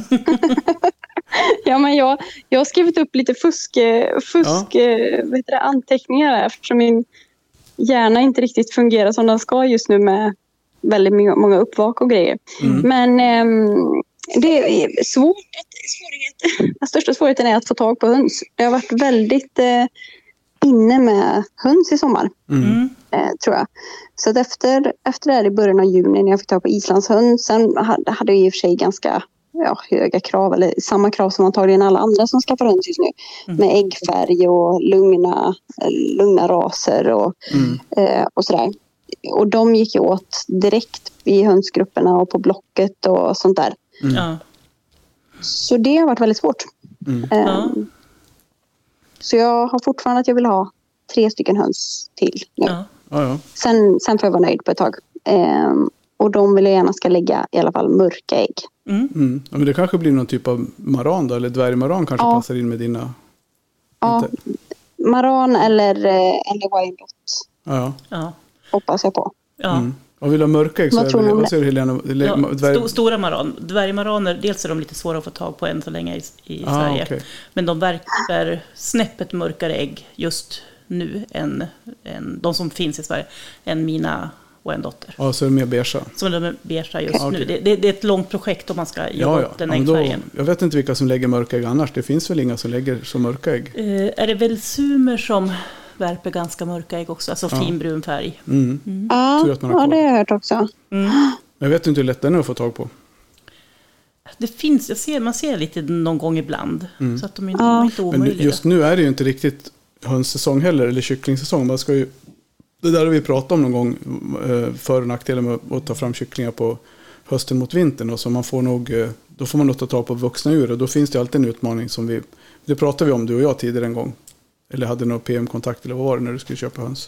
Ja, men jag, jag har skrivit upp lite fusk, fusk ja. vet du, anteckningar här, eftersom min hjärna inte riktigt fungerar som den ska just nu med väldigt många uppvak och grejer. Mm. Men äm, det är svårt, svårighet. Den största svårigheten är att få tag på höns. Jag har varit väldigt äh, inne med höns i sommar. Mm. Eh, tror jag. Så att efter, efter det här i början av juni när jag fick ta på islandshöns, sen hade, hade jag i och för sig ganska ja, höga krav, eller samma krav som antagligen alla andra som skaffar höns just nu. Mm. Med äggfärg och lugna, lugna raser och, mm. eh, och sådär. Och de gick ju åt direkt i hönsgrupperna och på Blocket och sånt där. Mm. Ja. Så det har varit väldigt svårt. Mm. Eh, ja. Så jag har fortfarande att jag vill ha tre stycken höns till nu. Ja. Ja, ja. Sen, sen får jag vara nöjd på ett tag. Eh, och de vill jag gärna ska lägga i alla fall mörka ägg. Mm. Mm. Ja, men det kanske blir någon typ av maran då, eller dvärgmaran kanske ja. passar in med dina... Ja, inte... maran eller, eller Wyandotte. Ja. Ja. Hoppas jag på. Ja. Mm. Och vill ha mörka ägg så är det, vad säger Helena? Ja, dvärg... st- stora maran. Dvärgmaraner, dels är de lite svåra att få tag på än så länge i, i ah, Sverige. Okay. Men de verkar snäppet mörkare ägg just nu än, än de som finns i Sverige, än mina Wyandotter. Ja, så är det mer beige. Som de är beige just ah, okay. nu. Det, det, det är ett långt projekt om man ska jobba ja, ja. upp den ja, äggfärgen. Då, jag vet inte vilka som lägger mörka ägg annars. Det finns väl inga som lägger så mörka ägg? Eh, är det väl sumer som värper ganska mörka ägg också? Alltså ja. fin brun färg. Mm. Mm. Ja, ja, det har jag hört också. Mm. Jag vet inte hur lätt den är att få tag på. Det finns, jag ser, man ser lite någon gång ibland. Mm. Så att de är, ja. de är inte omöjliga. Men just nu är det ju inte riktigt hönssäsong heller, eller kycklingsäsong. Man ska ju, det där har vi pratat om någon gång, för- och nackdelen med att ta fram kycklingar på hösten mot vintern. Och så man får nog, då får man nog ta tag på vuxna djur. Och då finns det alltid en utmaning som vi, det pratade vi om du och jag tidigare en gång. Eller hade någon P M-kontakt eller vad var det när du skulle köpa höns?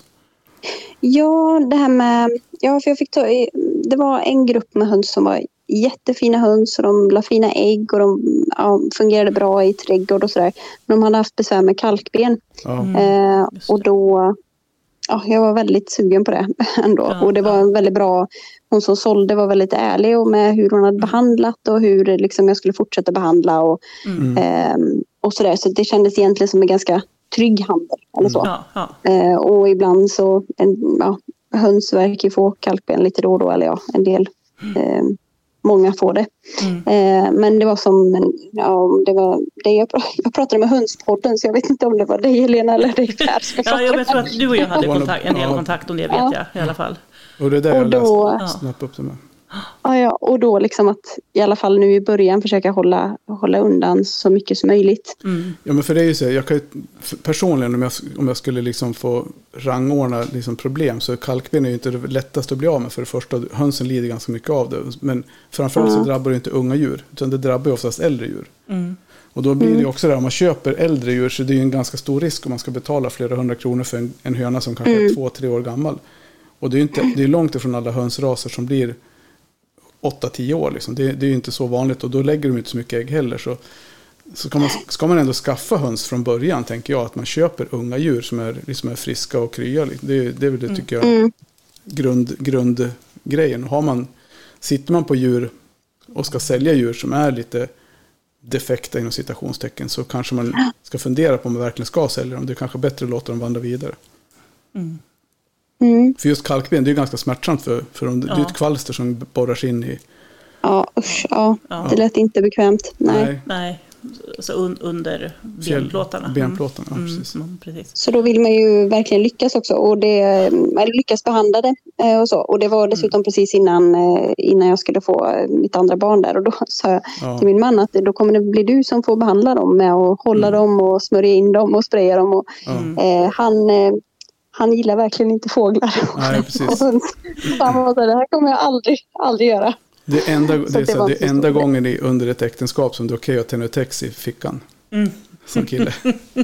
Ja, det här med, ja för jag fick ta, det var en grupp med höns som var jättefina höns och de la fina ägg och de ja, fungerade bra i trädgård och sådär. Men de hade haft besvär med kalkben. Mm. Eh, och då, ja, jag var väldigt sugen på det ändå. Ja, och det var en väldigt bra, hon som sålde var väldigt ärlig och med hur hon hade behandlat och hur liksom, jag skulle fortsätta behandla och, mm. eh, och sådär. Så det kändes egentligen som en ganska trygg handel eller så. Ja, ja. Eh, och ibland så en, ja, höns verkar få kalkben lite då och då, eller ja, en del. Eh, många får det. Mm. Eh, men det var som en, ja, det var det jag, jag pratade med hönspodden, så jag vet inte om det var dig Helena eller dig Per. Ja, jag tror att du och jag hade kontakt, en del ja. kontakt om det, vet ja. jag i alla fall. Och det är där jag då, läste, snabbt upp det med. Ja, ja, och då liksom att i alla fall nu i början försöka hålla, hålla undan så mycket som möjligt. Mm. Ja, men för det är ju så, jag kan personligen om jag, om jag skulle liksom få rangordna liksom problem, så kalkben är ju inte det lättaste att bli av med. För det första, hönsen lider ganska mycket av det, men framförallt mm. så drabbar det inte unga djur, utan det drabbar ju oftast äldre djur. Mm. Och då blir det ju också där, om man köper äldre djur, så det är ju en ganska stor risk om man ska betala flera hundra kronor för en, en höna som kanske mm. är två, tre år gammal. Och det är ju inte, det är långt ifrån alla hönsraser som blir åtta tio år. Liksom. Det, det är ju inte så vanligt, och då lägger de inte så mycket ägg heller. Så, så ska, man, ska man ändå skaffa höns från början, tänker jag, att man köper unga djur som är, liksom är friska och krya. Det, det är väl det, tycker jag, mm. grund, grundgrejen. Har man, sitter man på djur och ska sälja djur som är lite defekta inom citationstecken, så kanske man ska fundera på om man verkligen ska sälja dem. Det är kanske bättre att låta dem vandra vidare. Mm. Mm. För just kalkben, det är ganska smärtsamt för, för de, ja. det är ett kvalster som borrar sig in i. Ja, usch, ja. ja. Det lät inte bekvämt. Nej. Nej, Nej. Så un, under benplåtarna. Benplåtarna, ja, mm. precis. Mm, precis. Så då vill man ju verkligen lyckas också, och det, eller lyckas behandla det och så. Och det var dessutom mm. precis innan, innan jag skulle få mitt andra barn där, och då sa jag ja. till min man att då kommer det bli du som får behandla dem med att hålla mm. dem och smörja in dem och spraya dem. Och, mm. eh, han... Han gillar verkligen inte fåglar. Nej, precis. Han var så, det här kommer jag aldrig, aldrig göra. Det är enda, det är så, det är enda gången i, under ett äktenskap som det är okej att tända tex i fickan. Mm. Som kille.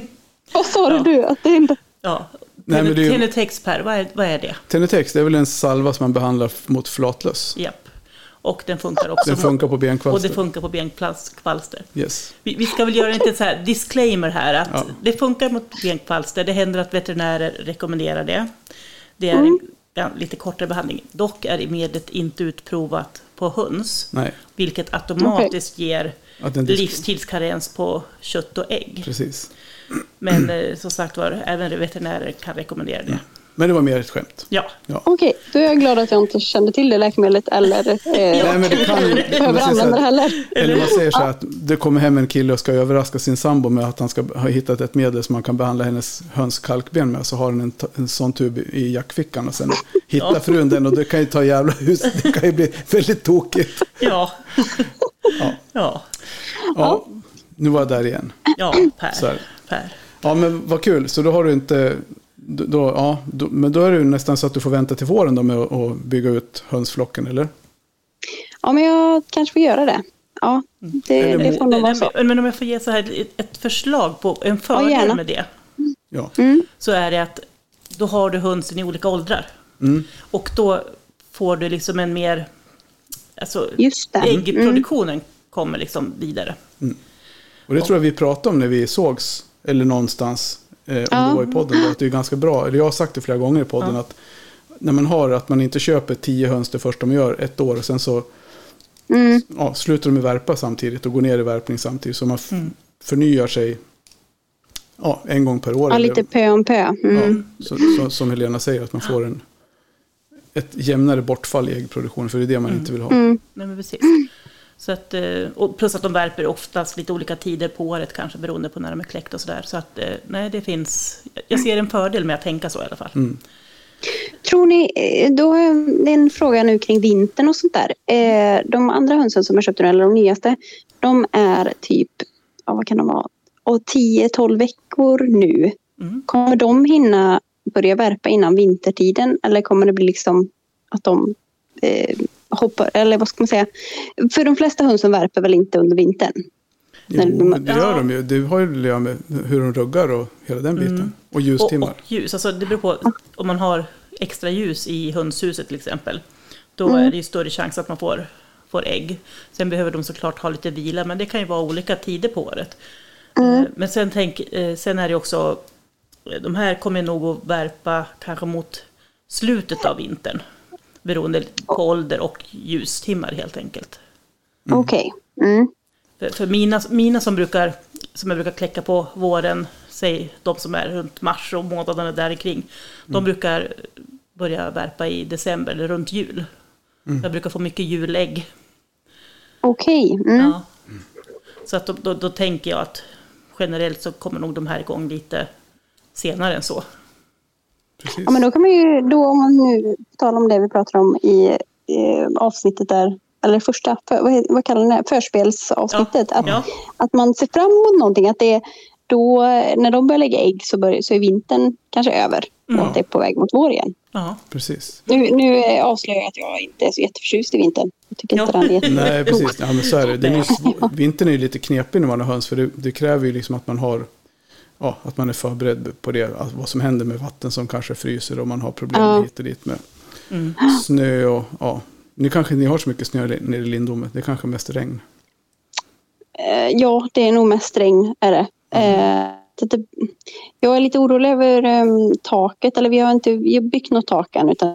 Vad sa ja. du? Att det inte... Ja, Nej, men det är, Tenutex, Per, vad är, vad är det? Tenutex, det är väl en salva som man behandlar mot flatlöss. Japp. Och den funkar också. Den funkar på benkvalster. Och det funkar på benkvalster. Yes. Vi, vi ska väl göra en liten så här disclaimer här. Att ja. det funkar mot benkvalster. Det händer att veterinärer rekommenderar det. Det är mm. en lite kortare behandling. Dock är medlet inte utprovat på höns. Nej. Vilket automatiskt okay. ger disk- livstidskarens på kött och ägg. Precis. Men som sagt var, även veterinärer kan rekommendera det. Mm. Men det var mer ett skämt. Ja. ja. Okej, okay, då är jag glad att jag inte kände till det läkemedlet eller eh, Nej, men det kan, behöver använda det heller. Eller man säger så här, att det kommer hem en kille och ska överraska sin sambo med att han ska ha hittat ett medel som man kan behandla hennes höns kalkben med. Så har han en, en sån tub i jackfickan och sen hittar ja. frun den, och det kan ju ta jävla hus. Det kan ju bli väldigt tokigt. Ja. Ja. Ja. Ja, nu var jag där igen. Ja, Per. per. Ja, men vad kul. Så då har du inte... Då, ja, då, men då är det nästan så att du får vänta till våren då med att, att bygga ut hönsflocken, eller? Ja, men jag kanske får göra det. Ja, det, eller, det får nog vara så. Men om jag får ge så här ett förslag på en fördel ja, med det. Ja. Mm. Så är det att då har du hönsen i olika åldrar. Mm. Och då får du liksom en mer... Alltså, Just det. äggproduktionen mm. kommer liksom vidare. Mm. Och det tror jag vi pratade om när vi sågs, eller någonstans, eh, om ja. det var i podden, då, att det är ganska bra, eller jag har sagt det flera gånger i podden, ja. att när man har, att man inte köper tio höns det första man gör ett år, och sen så mm. ja, slutar de med värpa samtidigt och går ner i värpning samtidigt, så man f- mm. förnyar sig ja, en gång per år. Ja, lite pö om pö. Mm. Ja, så, så, som Helena säger, att man får en, ett jämnare bortfall i äggproduktion, för det är det man mm. inte vill ha. Mm. Nej, men precis. Så att, och plus att de värper oftast lite olika tider på året, kanske beroende på när de är kläckt och sådär. Så att nej, det finns, jag ser en fördel med att tänka så i alla fall. Mm. Tror ni, då är det en fråga nu kring vintern och sånt där. De andra hönsen som jag köpte nu, eller de nyaste, de är typ, ja, vad kan de vara, tio tolv veckor nu. Mm. Kommer de hinna börja värpa innan vintertiden, eller kommer det bli liksom att de eh, hoppar, eller vad ska man säga, för de flesta hönsen värper väl inte under vintern? Jo, de, det gör de ju. Det har ju att göra med hur de ruggar och hela den biten. Mm. Och ljustimmar. Och, och ljus, alltså det beror på om man har extra ljus i hönshuset till exempel. Då mm. är det ju större chans att man får, får ägg. Sen behöver de såklart ha lite vila, men det kan ju vara olika tider på året. Mm. Men sen, tänk, sen är det också, de här kommer nog att värpa kanske mot slutet av vintern. Beroende på ålder och ljustimmar helt enkelt. Mm. Okej. Okay. Mm. För, för mina, mina som, brukar, som jag brukar kläcka på våren, säg de som är runt mars och månaderna där kring, mm. de brukar börja värpa i december eller runt jul. Mm. Jag brukar få mycket julägg. Okej. Okay. Mm. Ja. Så att då, då, då tänker jag att generellt så kommer nog de här igång lite senare än så. Precis. Ja, men då kan man ju, då om man nu talar om det vi pratar om i eh, avsnittet där, eller första, för, vad, vad kallar det, förspelsavsnittet, ja. Att, ja. att man ser fram emot någonting, att det är då, när de börjar lägga ägg så, börjar, så är vintern kanske över mm. och att det är på väg mot vår igen. Ja, precis. Nu, nu avslöjar jag att jag inte är så jätteförtjust i vintern. Jag tycker ja. inte den är jätte... Nej, precis. Ja, men så är det. det är ju, vintern är ju lite knepig när man har höns, för det, det kräver ju liksom att man har ja, att man är förberedd på det, alltså vad som händer med vatten som kanske fryser och man har problem ja. hit och dit med mm. snö och ja. Nu kanske ni har så mycket snö nere i Lindome, det är kanske mest regn. Uh, ja, det är nog mest regn är det. Mm. Uh, det jag är lite orolig över um, taket, eller vi har inte vi har byggt något tak än, utan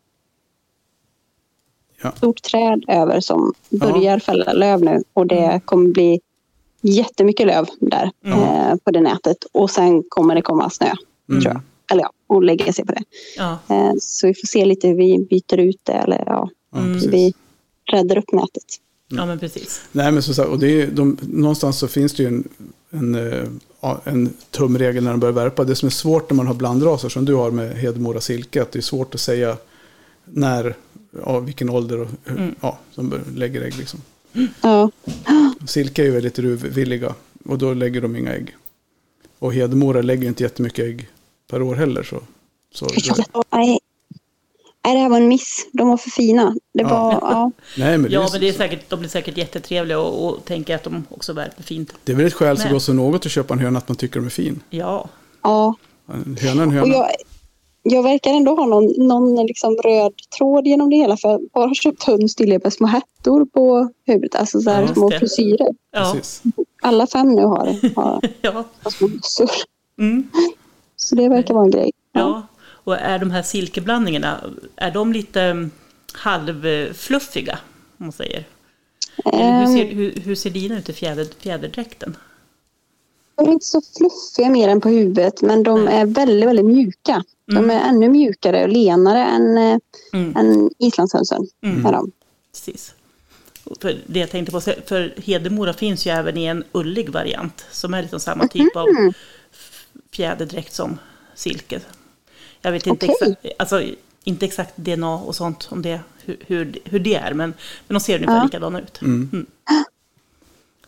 ja. ett stort träd över som börjar ja. fälla löv nu, och det mm. kommer bli jättemycket löv där mm. eh, på det nätet, och sen kommer det komma snö mm. tror jag. Eller ja, och lägga sig på det. Ja. Eh, så vi får se lite hur vi byter ut det, eller ja, mm. vi räddar upp nätet. Ja, men precis. Nej, men så, och det är, de, någonstans så finns det ju en, en, en tumregel när de börjar värpa. Det som är svårt när man har blandraser som du har med Hedemora silke, att det är svårt att säga när, ja, vilken ålder och, mm. ja, som lägger ägg liksom. Ja. Silke är ju väldigt ruvvilliga, och då lägger de inga ägg. Och Hedemora lägger inte jättemycket ägg per år heller. Så, så då... Nej, det här var en miss. De var för fina. Det var, ja. Ja. Nej, men det ja, är men det är säkert, de blir säkert jättetrevliga och, och tänker att de också värper fint. Det är väl ett skäl så gott som något att köpa en höna, att man tycker de är fin. Ja. Ja. En höna, en höna. Och jag, jag verkar ändå ha någon, någon liksom röd tråd genom det hela, för jag bara har köpt höns till med små hättor på huvudet, alltså så här ja, små frisyrer. Ja. Alla fem nu har, har, ja. har små mössor. Mm. Så det verkar vara en grej. Ja. Ja, och är de här silkeblandningarna, är de lite halvfluffiga, om man säger? Eller hur, ser, hur, hur ser dina ut i fjäder, fjäderdräkten? De är inte så fluffiga mer än på huvudet, men de är väldigt, väldigt mjuka. Mm. De är ännu mjukare och lenare än, mm. än islandshönsen. Mm. Är de. Precis. För det jag tänkte på, för Hedemora finns ju även i en ullig variant som är liksom samma typ av fjäderdräkt som silke. Jag vet inte, okay. exakt, alltså, inte exakt D N A och sånt om det, hur, hur, hur det är, men, men de ser ungefär ja. likadana ut. Mm. Mm.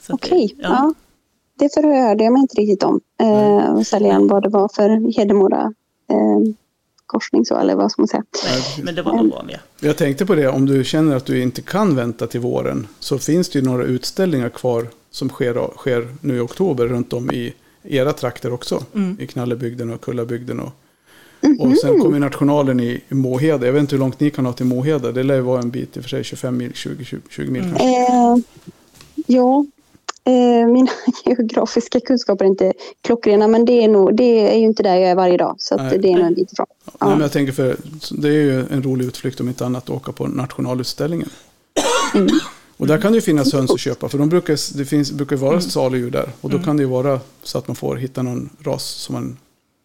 Okej, okay. ja. ja. Det förhörde jag mig inte riktigt om. Eh, och säljan vad det var för Hedemora eh, korsning så, eller vad ska man säga. Nej, men det var nog vanliga. Jag tänkte på det, om du känner att du inte kan vänta till våren så finns det ju några utställningar kvar som sker, sker nu i oktober runt om i era trakter också. Mm. I Knallebygden och Kullabygden. Och, mm-hmm. och sen kommer nationalen i, i Moheda. Jag vet inte hur långt ni kan ha till Moheda. Det lär ju vara en bit i och för sig, tjugofem mil, tjugo, tjugo, tjugo mil kanske. Eh, ja, eh, mina geografiska kunskaper är inte klockrena, men det är, nog, det är ju inte där jag är varje dag. Så att det är nog en bit ifrån. Ja. Ja. Nej, men jag tänker för det är ju en rolig utflykt om inte annat att åka på nationalutställningen. Mm. Och där kan det ju finnas höns att köpa, för de brukar, det finns, brukar vara saludjur där. Och då mm. kan det ju vara så att man får hitta någon ras som man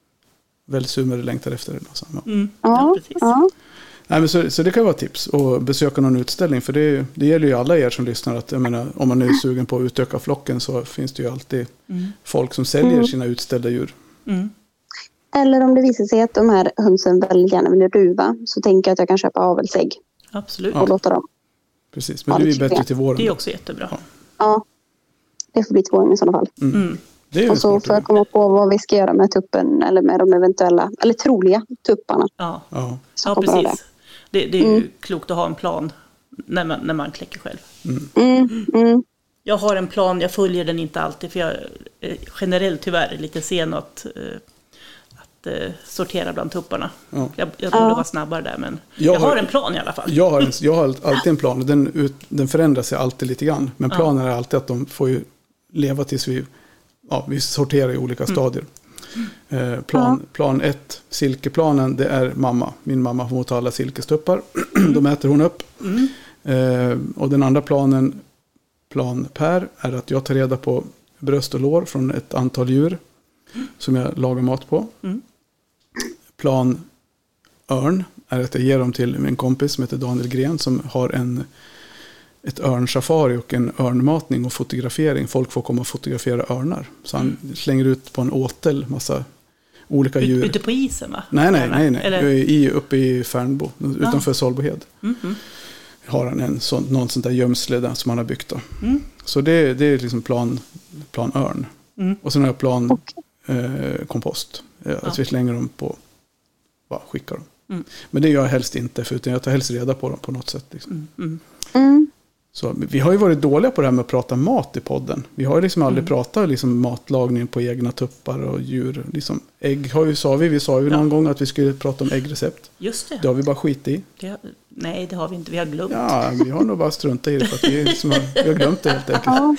väl summer längtar efter. Eller så. Ja. Mm. Ja, precis. Ja. Nej, men så, så det kan vara tips att besöka någon utställning, för det, det gäller ju alla er som lyssnar. Att, jag menar, om man är sugen på att utöka flocken så finns det ju alltid mm. folk som säljer mm. sina utställda djur. Mm. Eller om det visar sig att de här hönsen väldigt gärna vill ruva, så tänker jag att jag kan köpa avelsägg. Absolut. Och ja. låta dem. Precis, men ja, det är bättre till våren. Det är också jättebra. Ja, ja det får bli till våren i sådana fall. Mm. Mm. Det är och så får jag komma på vad vi ska göra med tuppen, eller med de eventuella, eller troliga tupparna. Ja, ja. ja precis. Det, det är ju mm. klokt att ha en plan när man, när man kläcker själv. Mm. Mm. Mm. Jag har en plan, jag följer den inte alltid, för jag är generellt tyvärr lite sen att, att uh, sortera bland tupparna. Ja. Jag, jag borde ja. vara snabbare där, men jag, jag har, har en plan i alla fall. Jag har, en, jag har alltid en plan, den, ut, den förändrar sig alltid lite grann. Men planen ja. är alltid att de får ju leva tills vi, ja, vi sorterar i olika mm. stadier. Eh, plan, ja. plan ett, silkeplanen, det är mamma. Min mamma får ta alla silkestuppar. Mm. Då mäter hon upp. Mm. Eh, och den andra planen, plan Per, är att jag tar reda på bröst och lår från ett antal djur mm. som jag lagar mat på. Mm. Plan örn är att jag ger dem till min kompis som heter Daniel Gren, som har en ett örnsafari och en örnmatning och fotografering. Folk får komma och fotografera örnar. Så han mm. slänger ut på en åtel massa olika djur. Ute på isen, va? Nej, nej, nej. nej. Eller? I, uppe i Färnbo, utanför ah. Solbohed. Mm-hmm. Har han en sån, någon sån där gömsle där som han har byggt då. Mm. Så det, det är liksom plan, plan örn. Mm. Och sen har jag plan eh, kompost. Eh, att ja. vi slänger dem på, bara skickar dem. Mm. Men det gör jag helst inte, för utan jag tar helst reda på dem på något sätt. Liksom. Mm. Mm. Mm. Så, vi har ju varit dåliga på det här med att prata mat i podden. Vi har ju liksom aldrig mm. pratat liksom matlagning på egna tuppar och djur. Liksom, ägg har ju, sa vi, vi sa ju ja. någon gång att vi skulle prata om äggrecept. Just det. Det har vi bara skit i. Det, nej, det har vi inte. Vi har glömt. Ja, vi har nog bara struntat i det för att vi, liksom, vi har glömt det helt enkelt. Ja.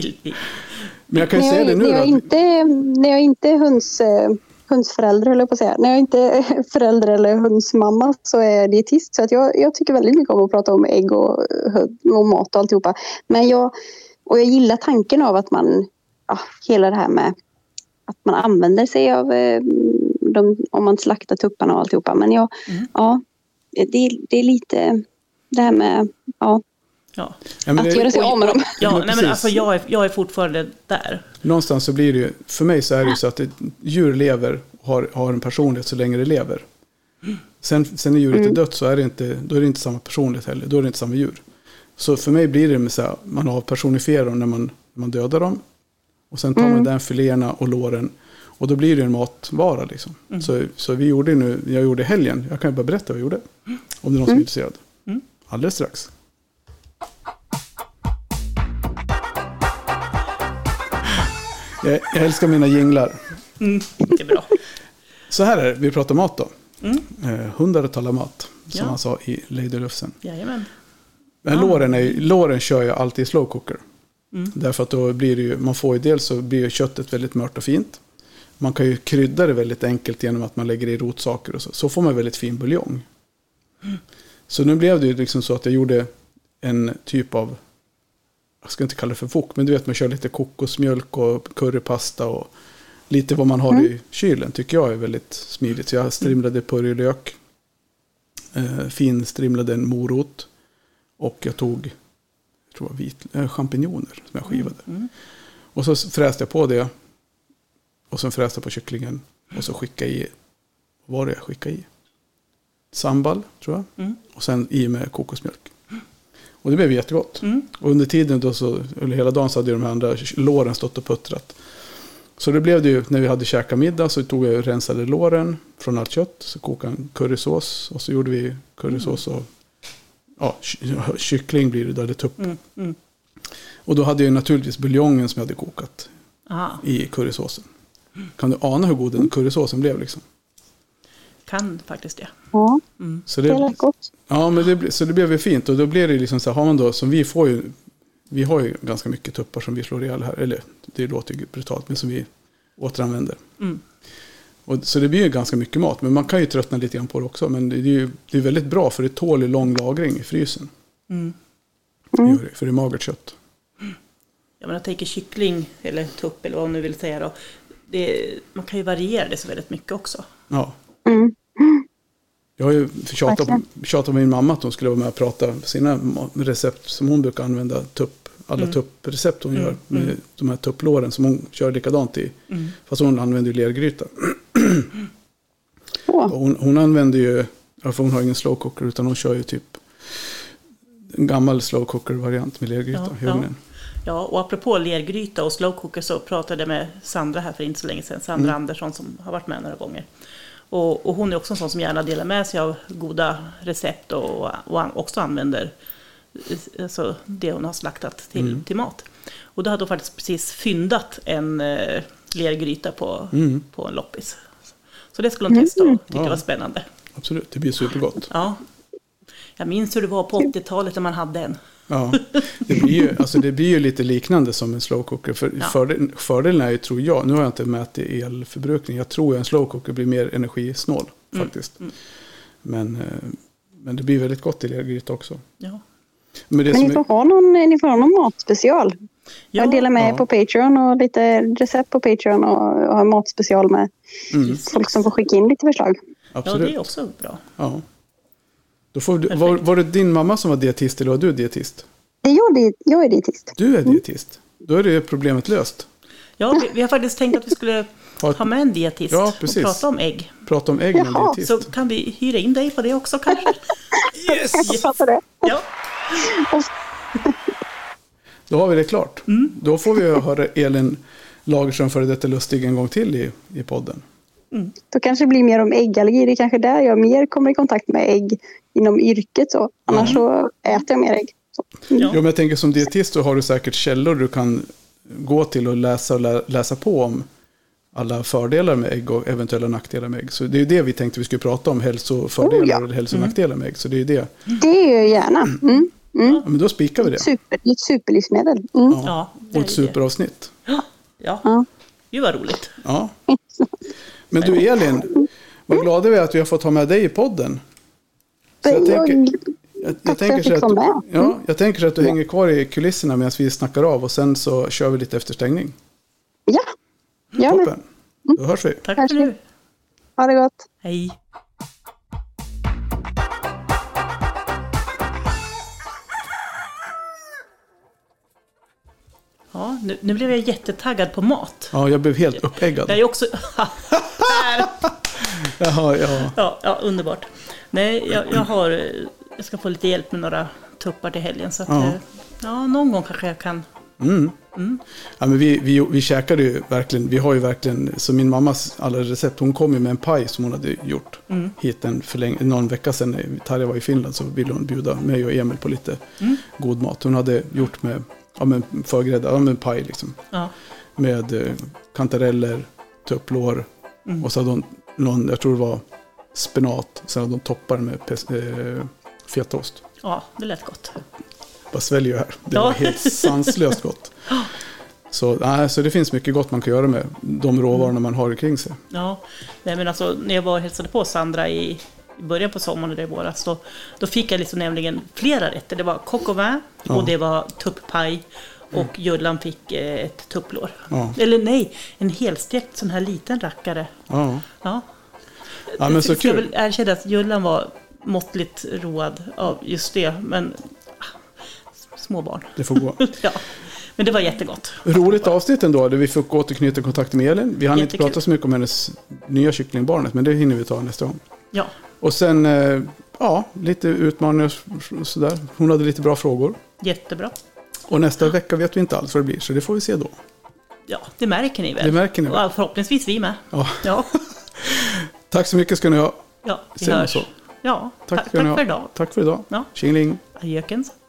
Men jag kan ju säga det nu. När jag, inte, när jag inte är höns... hundsförälder, höll jag på att säga. När jag inte är förälder eller hundsmamma så är jag dietist. Så att jag, jag tycker väldigt mycket om att prata om ägg och, och mat och alltihopa. Men jag, och jag gillar tanken av att man, ja, hela det här med att man använder sig av de, om man slaktar tupparna och alltihopa. Men jag, mm. ja, det, det är lite det här med, ja. Ja. Ja, att det, göra sig av med dem. Ja, nej, men alltså jag är, jag är fortfarande där. Någonstans så blir det ju, för mig så är det ju så att ett djur lever och har, har en personlighet så länge det lever. Sen, sen när djuret mm. är dött så är det inte, då är det inte samma personlighet heller, då är det inte samma djur. Så för mig blir det med så här, man har personifierat dem när man, när man dödar dem. Och sen tar mm. man den filéerna och låren. Och då blir det en matvara liksom. Mm. Så, så vi gjorde nu, jag gjorde helgen, jag kan ju bara berätta vad jag gjorde. Om det är någon som är mm. intresserad. Mm. Alldeles strax. Jag, jag älskar mina jinglar. Mm, det är bra. Så här är det, vi pratar mat då. Mm. Eh, hundar talar mat, som ja. han sa i Lady Lufsen. Jajamän. Men ah. låren, är, låren kör jag alltid i slow cooker. Mm. Därför att då blir det ju, man får ju dels så blir köttet väldigt mört och fint. Man kan ju krydda det väldigt enkelt genom att man lägger i rotsaker och så. Så får man väldigt fin buljong. Mm. Så nu blev det ju liksom så att jag gjorde en typ av, jag ska inte kalla det för wok, men du vet man kör lite kokosmjölk och currypasta och lite vad man har mm. i kylen tycker jag är väldigt smidigt. Så jag strimlade purjolök, eh, fin strimlade en morot och jag tog jag tror vit, eh, champinjoner som jag skivade. Mm. Mm. Och så fräste jag på det och sen fräste jag på kycklingen och så skickade i, vad var det jag skickade i? Sambal tror jag. Mm. Och sen i med kokosmjölk. Mm. Och det blev jättegott. Mm. Och under tiden då så, eller hela dagen så hade ju de här andra låren stått och puttrat. Så det blev det ju, när vi hade käkat middag så tog jag och rensade låren från allt kött. Så kokade en currysås och så gjorde vi currysås och ja, kyckling blir det där, det tupp. Mm. Mm. Och då hade jag naturligtvis buljongen som jag hade kokat Aha. i currysåsen. Kan du ana hur god den currysåsen blev liksom? Kan faktiskt det. Ja, Mm. Så det det, lät gott. ja, men det, så det blev ju fint. Och då blir det liksom så här, har man då, som vi får ju, vi har ju ganska mycket tuppar som vi slår ihjäl här. Eller det låter ju brutalt, men som vi återanvänder. Mm. Och, så det blir ju ganska mycket mat. Men man kan ju tröttna lite grann på det också. Men det är ju det är väldigt bra för det tål ju lång lagring i frysen. Mm. Mm. Gör det, för det är magert kött. Ja, men jag tänker kyckling eller tupp eller vad man nu vill säga då. Det, man kan ju variera det så väldigt mycket också. Ja. Mm. Jag har ju tjatat på, tjatat på min mamma att hon skulle vara med och prata sina recept som hon brukar använda. Tupp, alla Mm. tupprecept hon Mm. gör med Mm. de här tupplåren som hon kör likadant i. Mm. Fast hon använder ju lergryta. Åh, Och hon, hon använder ju, ja, för hon har ingen slow cooker utan hon kör ju typ en gammal slow cooker variant med lergryta Ja, i ugnen. Ja, och apropå lergryta och slow cooker så pratade jag med Sandra här för inte så länge sedan. Sandra Mm. Andersson som har varit med några gånger. Och, och hon är också en sån som gärna delar med sig av goda recept och, och an, också använder alltså, det hon har slaktat till, Mm. till mat. Och då hade hon faktiskt precis fyndat en eh, lergryta på, Mm. på en loppis. Så det skulle hon testa och tyckte Ja. det var spännande. Absolut, det blir supergott. Ja. Jag minns hur det var på åttiotalet när man hade en. Ja, det blir ju, alltså det blir ju lite liknande som en slow cooker. För Ja. fördelen, fördelen är ju, tror jag, nu har jag inte mätit elförbrukning. Jag tror att en slow cooker blir mer energisnål Mm. faktiskt. Mm. Men, eh, men det blir väldigt gott i lergryta också. Ja. Men det men som ni får är, ha någon, ni får ha någon matspecial. Ja, Jag delar med ja. på Patreon och lite recept på Patreon och, och har matspecial med mm, folk som får skicka in lite förslag. ja, absolut. det är också bra. Ja. Då får du, var, var det din mamma som var dietist eller var du dietist? Det är jag, det, jag är dietist. Du är dietist. Då är det problemet löst. Ja, vi, vi har faktiskt tänkt att vi skulle Ha- ha med en dietist Ja, och precis. prata om ägg. Prata om ägg med en Jaha, dietist. Så kan vi hyra in dig på det också kanske? Jag fattar det. Ja, Då har vi det klart. Mm. Då får vi höra Elin Lagerström före detta Lustig en gång till i, i podden. Då kanske det blir mer om äggallergi. Det är kanske där jag mer kommer i kontakt med ägg inom yrket. Så. Annars så äter jag mer ägg. Så. ja. Jo, men jag tänker som dietist så har du säkert källor du kan gå till och läsa och lä- läsa på om alla fördelar med ägg och eventuella nackdelar med ägg. Så det är ju det vi tänkte vi skulle prata om, hälsofördelar Oh, ja. eller hälsonackdelar med ägg. Så det är ju det. Det gör jag gärna. Mm. Mm. Ja, men då spikar vi det. Super, ett superlivsmedel. Mm. Ja. Ja, det Och är ett ju det. superavsnitt. Ja, Ja. gud vad roligt. Ja. Men du Elin, vad glada vi är att vi har fått ha med dig i podden. Så jag tänker, jag, jag Tack för att tänker jag så fick att, vara med. ja, jag tänker så att du hänger kvar i kulisserna medan vi snackar av och sen så kör vi lite efter stängning. Ja, gör det. Toppen. Då hörs vi. Tack för nu. Ha det gott. Hej. Ja, nu, nu blev jag jättetaggad på mat. Ja, jag blev helt uppeggad. Jag är också... Per! Jaha, ja. Ja, ja, underbart. Nej, jag, jag har... Jag ska få lite hjälp med några tuppar till helgen. Så att, Ja. ja. ja, någon gång kanske jag kan... Mm. Ja, men vi, vi, vi käkade ju verkligen, vi har ju verkligen, så min mammas alla recept, hon kom ju med en paj som hon hade gjort Mm. hit en för länge, någon vecka sedan när Tarja var i Finland så ville hon bjuda mig och Emil på lite Mm. god mat. Hon hade gjort med, ja men förgrädda, ja men paj liksom. Ja. Med eh, kantareller, tupplår Mm. och så hade hon någon, jag tror det var spenat, sen hade hon toppar med pes- eh, fetaost. ja, det lät gott. Bara sväljer här. Det Ja. var helt sanslöst gott. Så, nej, så det finns mycket gott man kan göra med de råvarorna man har kring sig. Ja, nej, men alltså när jag var och hälsade på Sandra i, i början på sommaren och i våras, då, då fick jag liksom nämligen flera rätter. Det var coq au vin Ja. och det var tupppaj och Jullan fick eh, ett tupplår. Ja. Eller nej, en helstekt sån här liten rackare. Ja, Ja, ja men så jag ska kul. väl erkänna att Jullan var måttligt road av just det, men ah, små barn. Det får gå. Ja, men det var jättegott. Roligt avsnitt ändå, där vi fick återknyta kontakt med Elin. Vi hann inte Jättekul. prata så mycket om hennes nya kycklingbarnet, men det hinner vi ta nästa gång. Ja, Och sen, eh, ja, lite utmaningar sådär. Hon hade lite bra frågor. Jättebra. Och nästa vecka vet vi inte alls vad det blir, så det får vi se då. Ja, det märker ni väl. Det märker ni väl. Och förhoppningsvis vi med. Ja. Ja. Tack så mycket ska ni ha. Ja, vi Sen hörs. så. Ja, Tack, tack, tack för idag. Tack för idag. Ja. Tjingeling. Adjökens.